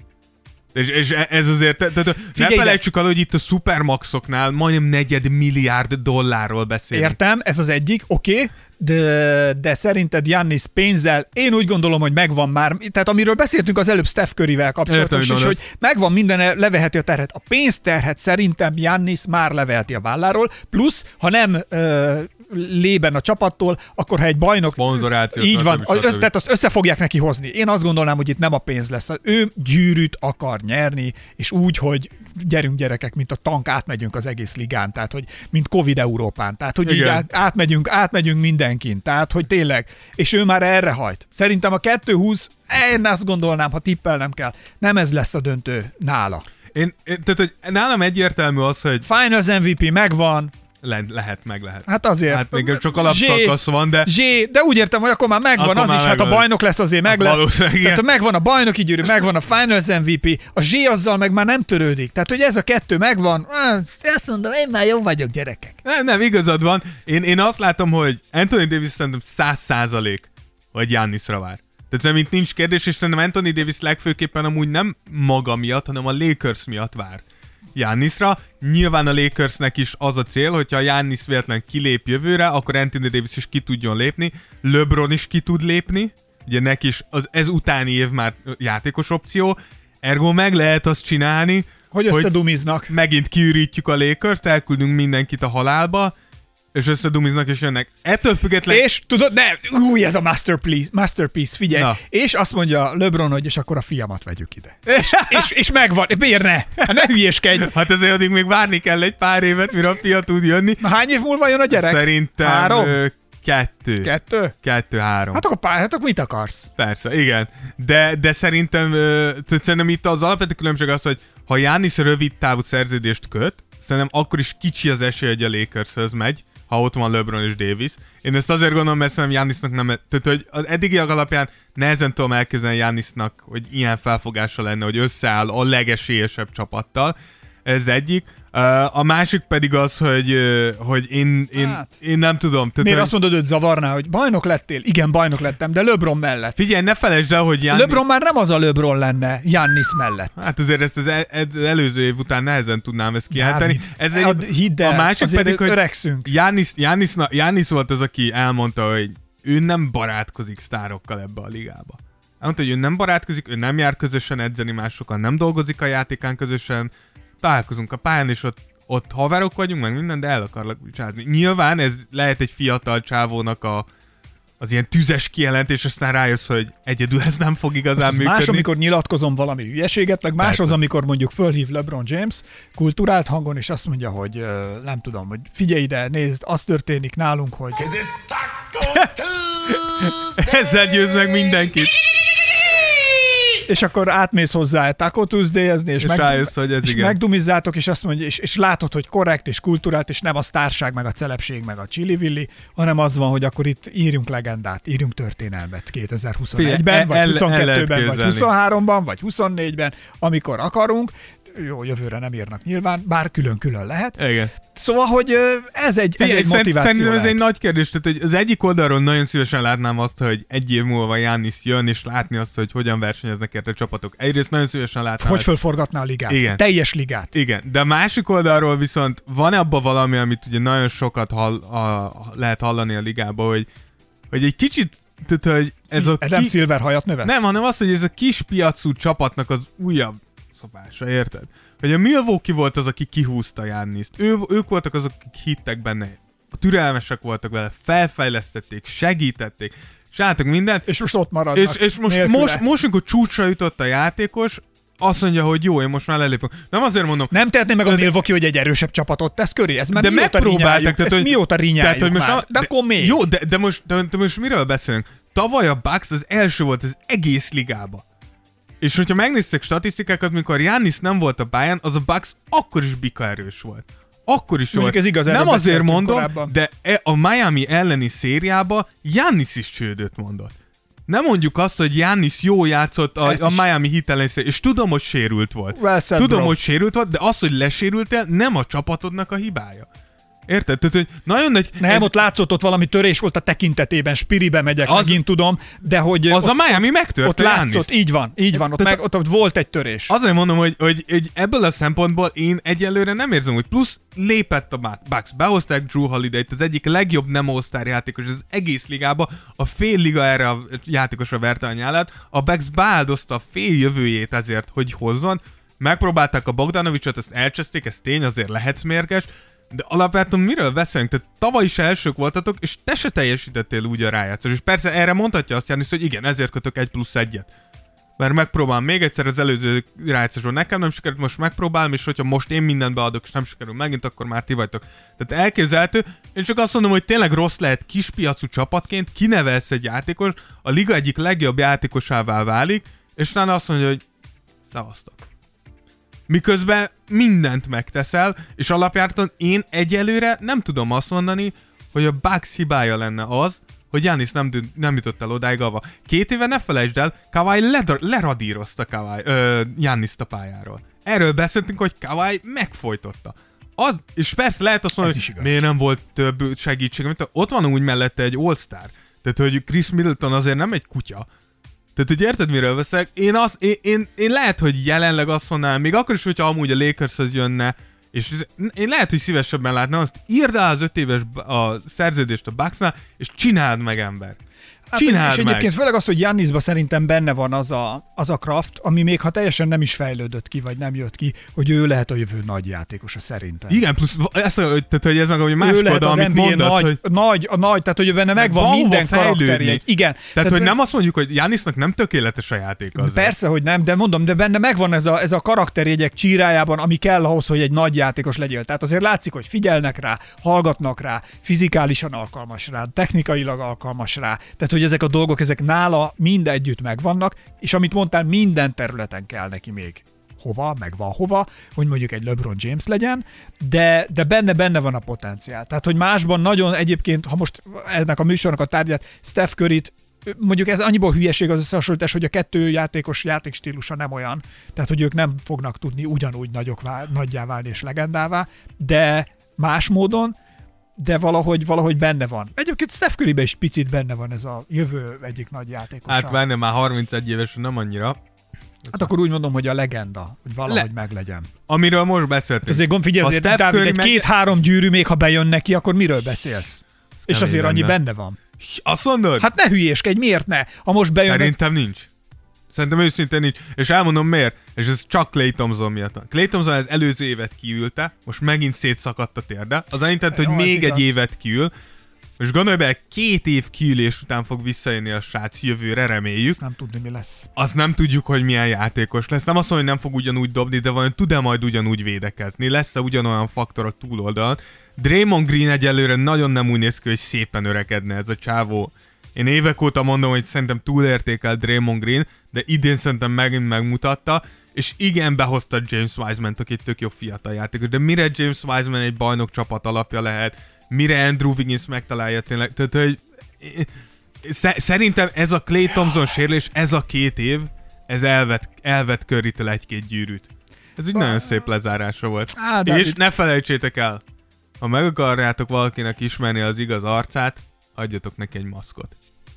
És, és ez azért, tehát ne felejtsük el, hogy itt a Supermaxoknál majdnem negyed milliárd dollárról beszélünk. Értem, ez az egyik, oké, okay, de, de szerinted Giannis pénzzel, én úgy gondolom, hogy megvan már, tehát amiről beszéltünk az előbb Steph Curryvel kapcsolatos is, hogy megvan minden, leveheti a terhet. A pénzterhet szerintem Giannis már leveheti a válláról, plusz, ha nem ö, lében a csapattól, akkor ha egy bajnok... Szponzorációt. Így van, az, össze, tehát azt össze fogják neki hozni. Én azt gondolnám, hogy itt nem a pénz lesz. Ő gyűrűt akar nyerni, és úgy, hogy gyerünk gyerekek, mint a tank, átmegyünk az egész ligán, tehát hogy mint Covid Európán, tehát hogy így át, átmegyünk, átmegyünk mindenkin, tehát hogy tényleg, és ő már erre hajt. Szerintem a kettő húsz, én azt gondolnám, ha tippelnem kell, nem ez lesz a döntő nála. Én, én tehát, hogy nálam egyértelmű az, hogy Finals em vé pé megvan, Le, lehet, meg lehet. Hát azért. Hát még csak alapszakasz van, de... Zsé, de úgy értem, hogy akkor már megvan akkor az is, megvan. Hát a bajnok lesz azért, meg lesz. Tehát megvan a bajnoki gyűrű, megvan a Finals em vé pé, a Zsé azzal meg már nem törődik. Tehát, hogy ez a kettő megvan, azt mondom, én már jó vagyok, gyerekek. Nem, nem, igazad van. Én, én azt látom, hogy Anthony Davis szerintem száz százalék, hogy Giannisra vár. Tehát szerintem nincs kérdés, és szerintem Anthony Davis legfőképpen amúgy nem maga miatt, hanem a Lakers miatt vár Giannisra. Nyilván a Lakersnek is az a cél, hogyha a Giannis véletlen kilép jövőre, akkor Anthony Davis is ki tudjon lépni, LeBron is ki tud lépni, ugye neki is az ez utáni év már játékos opció, Ergo meg lehet azt csinálni, Hogy összedumiznak. megint kiürítjük a Lakers-t, elküldünk mindenkit a halálba, és összedumiznak, és jönnek. Ettől függetlenül... És tudod, ne, új, ez a masterpiece, masterpiece figyelj. Na. És azt mondja LeBron, hogy és akkor a fiamat vegyük ide. És, és, és megvan, miért ne? Hát ne hülyéskedj. Hát ezért addig még várni kell egy pár évet, mire a fia tud jönni. Na, hány év múlva jön a gyerek? Szerintem Három? Ö, kettő. Kettő? Kettő-három. Hát akkor, pár, hát akkor mit akarsz? Persze, igen. De, de szerintem, ö, tehát szerintem itt az alapvető különbség az, hogy ha Giannis rövid távú szerződést köt, szerintem akkor is kicsi az esély, hogy a Lakershöz megy, ha ott van LeBron és Davis. Én ezt azért gondolom, mert szerintem Giannisnak nem... Tehát, hogy az eddigiek alapján nehezen tudom elképzelni Giannisnak, hogy ilyen felfogása lenne, hogy összeáll a legesélyesebb csapattal. Ez egyik. A másik pedig az, hogy, hogy én, én, Hát. én nem tudom. Tehát, Miért hogy... azt mondod, hogy zavarná, hogy bajnok lettél? Igen, bajnok lettem, de LeBron mellett. Figyelj, ne felejtsd el, hogy Giannis... LeBron már nem az a LeBron lenne Giannis mellett. Hát azért ezt az, el, az előző év után nehezen tudnám ezt kijelenteni. Ez egy, a, hidd el, a másik azért pedig, hogy öregszünk. Giannis, Giannis, Giannis volt az, aki elmondta, hogy ő nem barátkozik sztárokkal ebbe a ligába. Elmondta, hogy ő nem barátkozik, ő nem jár közösen edzeni másokkal, nem dolgozik a játékán közösen, találkozunk a pályán, és ott, ott haverok vagyunk, meg minden, de el akarlak csázni. Nyilván ez lehet egy fiatal csávónak a, az ilyen tüzes kijelentés, aztán rájössz, hogy egyedül ez nem fog igazán Az működni. más, amikor nyilatkozom valami hülyeséget, meg más Persze. az, amikor mondjuk fölhív LeBron James kulturált hangon, és azt mondja, hogy uh, nem tudom, hogy figyelj ide, nézd, az történik nálunk, hogy... Ezzel győz meg mindenkit. És akkor átmész hozzá Taco Tuesday-ezni, és, És rájössz, hogy ez és igen. megdumizzátok, és azt mondja, és, és látod, hogy korrekt és kulturált, és nem a sztárság, meg a celebség, meg a csili-villi, hanem az van, hogy akkor itt írjunk legendát, írjunk történelmet kétezer-huszonegyben, Figyelj, vagy el- el lehet huszonkettőben, vagy képzelni. huszonháromban, vagy huszonnégyben, amikor akarunk. Jó, jövőre nem írnak nyilván, bár külön-külön lehet. Igen. Szóval, hogy ö, ez egy, ez egy motiváció Szerintem ez lehet. egy nagy kérdés, tehát hogy az egyik oldalról nagyon szívesen látnám azt, hogy egy év múlva Giannis jön, és látni azt, hogy hogyan versenyeznek érte a csapatok. Egyrészt nagyon szívesen látnám. Hogy fölforgatná a ligát. Igen. Teljes ligát. Igen, de a másik oldalról viszont van abban valami, amit ugye nagyon sokat hall, a, lehet hallani a ligában, hogy, hogy egy kicsit, tehát, hogy ez a Adam ki... Silver hajat növet? Nem, hanem az, hogy ez a kis piacú csapatnak az újabb szopása, érted? Hogy a Milwaukee volt az, aki kihúzta Giannist. Ő, ők voltak azok, akik hittek benne. Türelmesek voltak vele, felfejlesztették, segítették, csináltak mindent. És most ott maradnak. És, és most, nélküle. most, most, amikor csúcsra jutott a játékos, azt mondja, hogy jó, én most már lelépünk. Nem azért mondom. Nem tehetné meg a Milwaukee, hogy egy erősebb csapatot tesz köré? Ez már De mióta megpróbáltak, rinyáljuk? tehát, Ezt hogy, mióta rinyáljuk tehát, hogy most már? a, de, de akkor még? Jó, de, de, most, de, de most miről beszélünk? Tavaly a Bucks az első volt az egész ligába. És hogyha megnéztek statisztikákat, mikor Giannis nem volt a pályán, az a Bucks akkor is bika erős volt. Akkor is Mondjuk volt. ez igaz, erről nem azért beszéltünk mondom, korábban. de e- a Miami elleni szériába Giannis is csődöt mondott. Nem mondjuk azt, hogy Giannis jó játszott a, Ezt a is- Miami Heat elleni szériába, és tudom, hogy sérült volt. Well said, tudom, bro. hogy sérült volt, de az, hogy lesérültél, nem a csapatodnak a hibája. Érted? Tehát, hogy nagyon nagy... Nem, ez- ott látszott, ott valami törés volt a tekintetében, spiribe megyek, Az- az, megint tudom, de hogy Az ott, a Miami megtört ott a látszott, Giannist. így van, így van, ott, Tehát meg, ott, ott volt egy törés. Azért mondom, hogy, hogy, hogy ebből a szempontból én egyelőre nem érzem, hogy plusz lépett a Bucks. Behozták Drew Holiday-t, az egyik legjobb nem all-star játékos az egész ligába, a fél liga erre a játékosra verte a nyálát, a Bucks beáldozta a fél jövőjét ezért, hogy hozzon, megpróbálták a Bogdanovicsot, ezt elcseszték, ez tény, azért lehetsz mérges, de alapvetően miről beszélünk? Tehát tavaly is elsők voltatok, és te se teljesítettél úgy a rájátszás. És persze erre mondhatja azt Giannis, hogy igen, ezért kötök egy plusz egyet. Mert megpróbálom még egyszer az előző rájátszásról. Nekem nem sikerült, most megpróbálom, és hogyha most én mindent beadok, és nem sikerül megint, akkor már ti vagytok. Tehát elképzelhető. Én csak azt mondom, hogy tényleg rossz lehet kispiacú csapatként, kinevelsz egy játékos, a liga egyik legjobb játékosává válik, és utána azt mondja, hogy szavaztok. Miközben mindent megteszel, és alapjártan én egyelőre nem tudom azt mondani, hogy a Bucks hibája lenne az, hogy Giannis nem, nem jutott el odáig avva. Két éve ne felejtsd el, Kawhi ler- leradírozta Kawhi, ö, Giannist a pályáról. Erről beszéltünk, hogy Kawhi megfojtotta. Az, és persze lehet azt mondani, hogy miért nem volt több segítség, mint ott van úgy mellette egy all-star. Tehát, hogy Chris Middleton azért nem egy kutya. Tehát, hogy érted, miről veszek? Én, az, én, én, én lehet, hogy jelenleg azt mondanám, még akkor is, hogyha amúgy a Lakershoz jönne, és én lehet, hogy szívesebben látnám azt, írd el az öt éves a szerződést a Bucksnál, és csináld meg, ember. Hát, Csináld és meg! egyébként főleg az, hogy Giannisban szerintem benne van az a, az a craft, ami még ha teljesen nem is fejlődött ki, vagy nem jött ki, hogy ő lehet a jövő nagy játékosa szerintem. Igen, plusz ez, tehát, hogy ez meg, hogy Ő más lehet oda, az amit en bé á mondasz, nagy, hogy... nagy, a nagy, tehát hogy benne megvan van minden hova fejlődni. karakterjegy. Igen. Tehát, Tehát, hogy nem azt mondjuk, hogy Giannisnak nem tökéletes a játék az. Persze, hogy nem, de mondom, de benne megvan ez a, ez a karakterjegyek csírájában, ami kell ahhoz, hogy egy nagy játékos legyél. Tehát azért látszik, hogy figyelnek rá, hallgatnak rá, fizikálisan alkalmas rá, technikailag alkalmas rá. Tehát, hogy ezek a dolgok, ezek nála mind együtt megvannak, és amit mondtál, minden területen kell neki még hova, meg van hova, hogy mondjuk egy LeBron James legyen, de, de benne benne van a potenciál. Tehát, hogy másban nagyon egyébként, ha most ennek a műsornak a tárgyát, Steph Curryt, mondjuk ez annyiból hülyeség az összehasonlítás, hogy a kettő játékos játékstílusa nem olyan, tehát, hogy ők nem fognak tudni ugyanúgy nagyok vál, nagyjá válni és legendává, de más módon, de valahogy, valahogy benne van. Egyébként Steph Curryben is picit benne van ez a jövő egyik nagy játékosa. Hát benne már harmincegy éves, nem annyira. Hát akkor úgy mondom, hogy a legenda, hogy valahogy Le- meglegyen. Amiről most beszéltünk. Azért gond, figyelj, azért Dávid, egy meg... két-három gyűrű még, ha bejön neki, akkor miről beszélsz? És azért annyi benne. benne van. Azt mondod? Hát ne hülyéskedj, miért ne? Ha most bejön... Szerintem nincs. Szerintem őszintén nincs. És elmondom miért. És ez csak Klay Thompson miatt van. Klay Thompson az előző évet kiülte, most megint szétszakadt a térde. Az annyit tett, hogy Jó, még igaz. egy évet kiül. És gondolj bele, két év kiülés után fog visszajönni a srác jövőre, reméljük. Ezt nem tudni, mi lesz. Azt nem tudjuk, hogy milyen játékos lesz. Nem azt mondom, hogy nem fog ugyanúgy dobni, de vajon tud-e majd ugyanúgy védekezni? Lesz-e ugyanolyan faktor a túloldalon? Draymond Green egyelőre nagyon nem úgy néz ki, hogy szépen öregedne ez a csávó. Én évek óta mondom, hogy szerintem túlértékel Draymond Green, de idén szerintem megint megmutatta, és igen, behozta James Wiseman-t, aki egy tök jó fiatal játékos, de mire James Wiseman egy bajnok csapat alapja lehet, mire Andrew Wiggins megtalálja tényleg, tehát hogy szerintem ez a Klay Thompson sérülés, ez a két év, ez elvet, elvet Currytől egy-két gyűrűt. Ez egy nagyon szép lezárása volt. Á, és Dávid. ne felejtsétek el, ha meg akarjátok valakinek ismerni az igaz arcát, adjatok neki egy maszkot.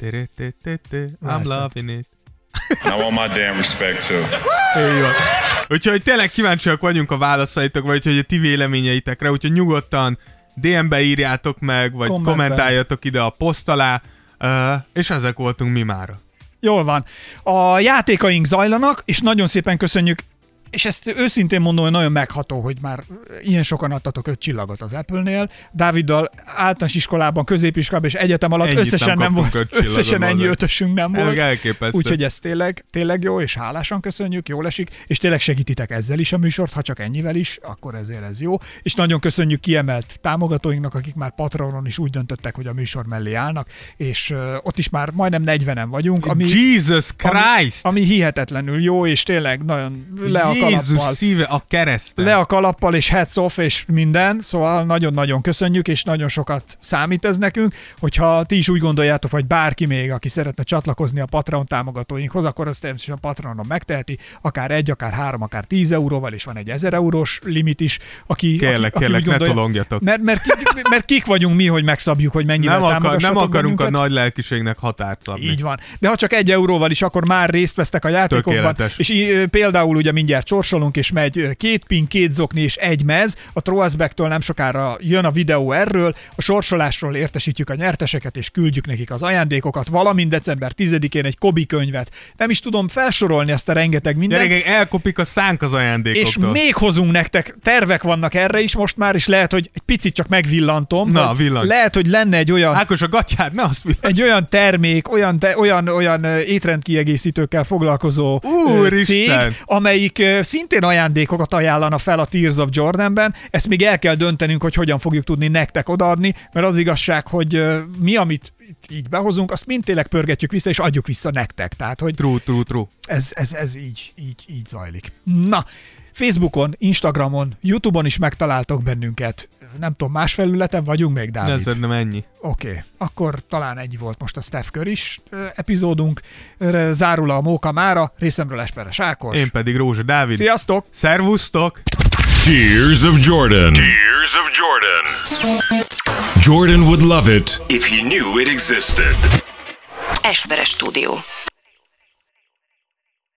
I'm loving it. And I want my damn respect too. Így van. Úgyhogy tényleg kíváncsiak vagyunk a válaszaitok, vagy hogy a ti véleményeitekre, úgyhogy nyugodtan dé em-be írjátok meg, vagy Kommentben. kommentáljatok ide a poszt alá, uh, és ezek voltunk mi mára. Jól van. A játékaink zajlanak, és nagyon szépen köszönjük, és ezt őszintén mondom, hogy nagyon megható, hogy már ilyen sokan adtatok öt csillagot az Apple-nél. Dáviddal általános iskolában, középiskolában és egyetem alatt Ennyit összesen nem nem kaptunk volt, öt csillagot összesen ennyi hozzá. ötösünk nem Ez volt. elképesztő. Úgyhogy ez tényleg, tényleg jó, és hálásan köszönjük, jól esik, és tényleg segítitek ezzel is a műsort, ha csak ennyivel is, akkor ezért ez jó. És nagyon köszönjük kiemelt támogatóinknak, akik már Patronon is úgy döntöttek, hogy a műsor mellé állnak, és uh, ott is már majdnem negyvenen vagyunk, ami, Jesus Christ! ami, ami hihetetlenül jó, és tényleg nagyon le a Jézus kalappal. szíve a kereszten. Le a kalappal, és heads off, és minden, szóval nagyon-nagyon köszönjük, és nagyon sokat számít ez nekünk, hogyha ti is úgy gondoljátok, vagy bárki még, aki szeretne csatlakozni a Patreon támogatóinkhoz, akkor azt természetesen a Patreonon megteheti, akár egy, akár három, akár tíz euróval, és van egy ezer eurós limit is, aki, Kérlek, aki, kérlek, aki ne gondolja, tolongjatok. mert, mert, kik, mert kik vagyunk mi, hogy megszabjuk, hogy mennyivel Nem, akar, támogassatok nem akarunk bennünket. a nagy lelkiségnek határt szabni. Így van. De ha csak egy euróval is, akkor már részt vesztek a játékokban. Tökéletes. És í- például ugye mindjárt sorsolunk, és megy két pin, két zokni és egy mez. A Throwback-től nem sokára jön a videó erről. A sorsolásról értesítjük a nyerteseket, és küldjük nekik az ajándékokat, valamint december tizedikén egy Kobi könyvet. Nem is tudom felsorolni azt a rengeteg mindent. Gyerekek, elkopik a szánk az És ajándékoktól. még hozunk nektek, tervek vannak erre is most már, és lehet, hogy egy picit csak megvillantom. Na, hogy villancs. Lehet, hogy lenne egy olyan Ákos, a gatyád, ne azt villancs. egy olyan termék, olyan, te, olyan, olyan ö, étrendkiegészítőkkel foglalkozó ö, Úristen! cég, amelyik ö, szintén ajándékokat ajánlana fel a Tears of Jordanben. Ezt még el kell döntenünk, hogy hogyan fogjuk tudni nektek odaadni, mert az igazság, hogy ö, mi, amit itt így behozunk, azt mind tényleg pörgetjük vissza, és adjuk vissza nektek. Tehát, hogy True, true, true. ez, ez, ez így, így, így zajlik. Na, Facebookon, Instagramon, YouTube-on is megtaláltok bennünket. Nem tudom, más felületen vagyunk még, De Dávid? szerintem ennyi. Oké, okay. Akkor talán egy volt most a Steph Curry is ö, epizódunk. Ö, Zárul a Móka mára, részemről Esperes Ákos. Én pedig Rózsa Dávid. Sziasztok! Szervusztok! Tears of Jordan. Tears of Jordan. Jordan would love it if he knew it existed. Esperes Stúdió.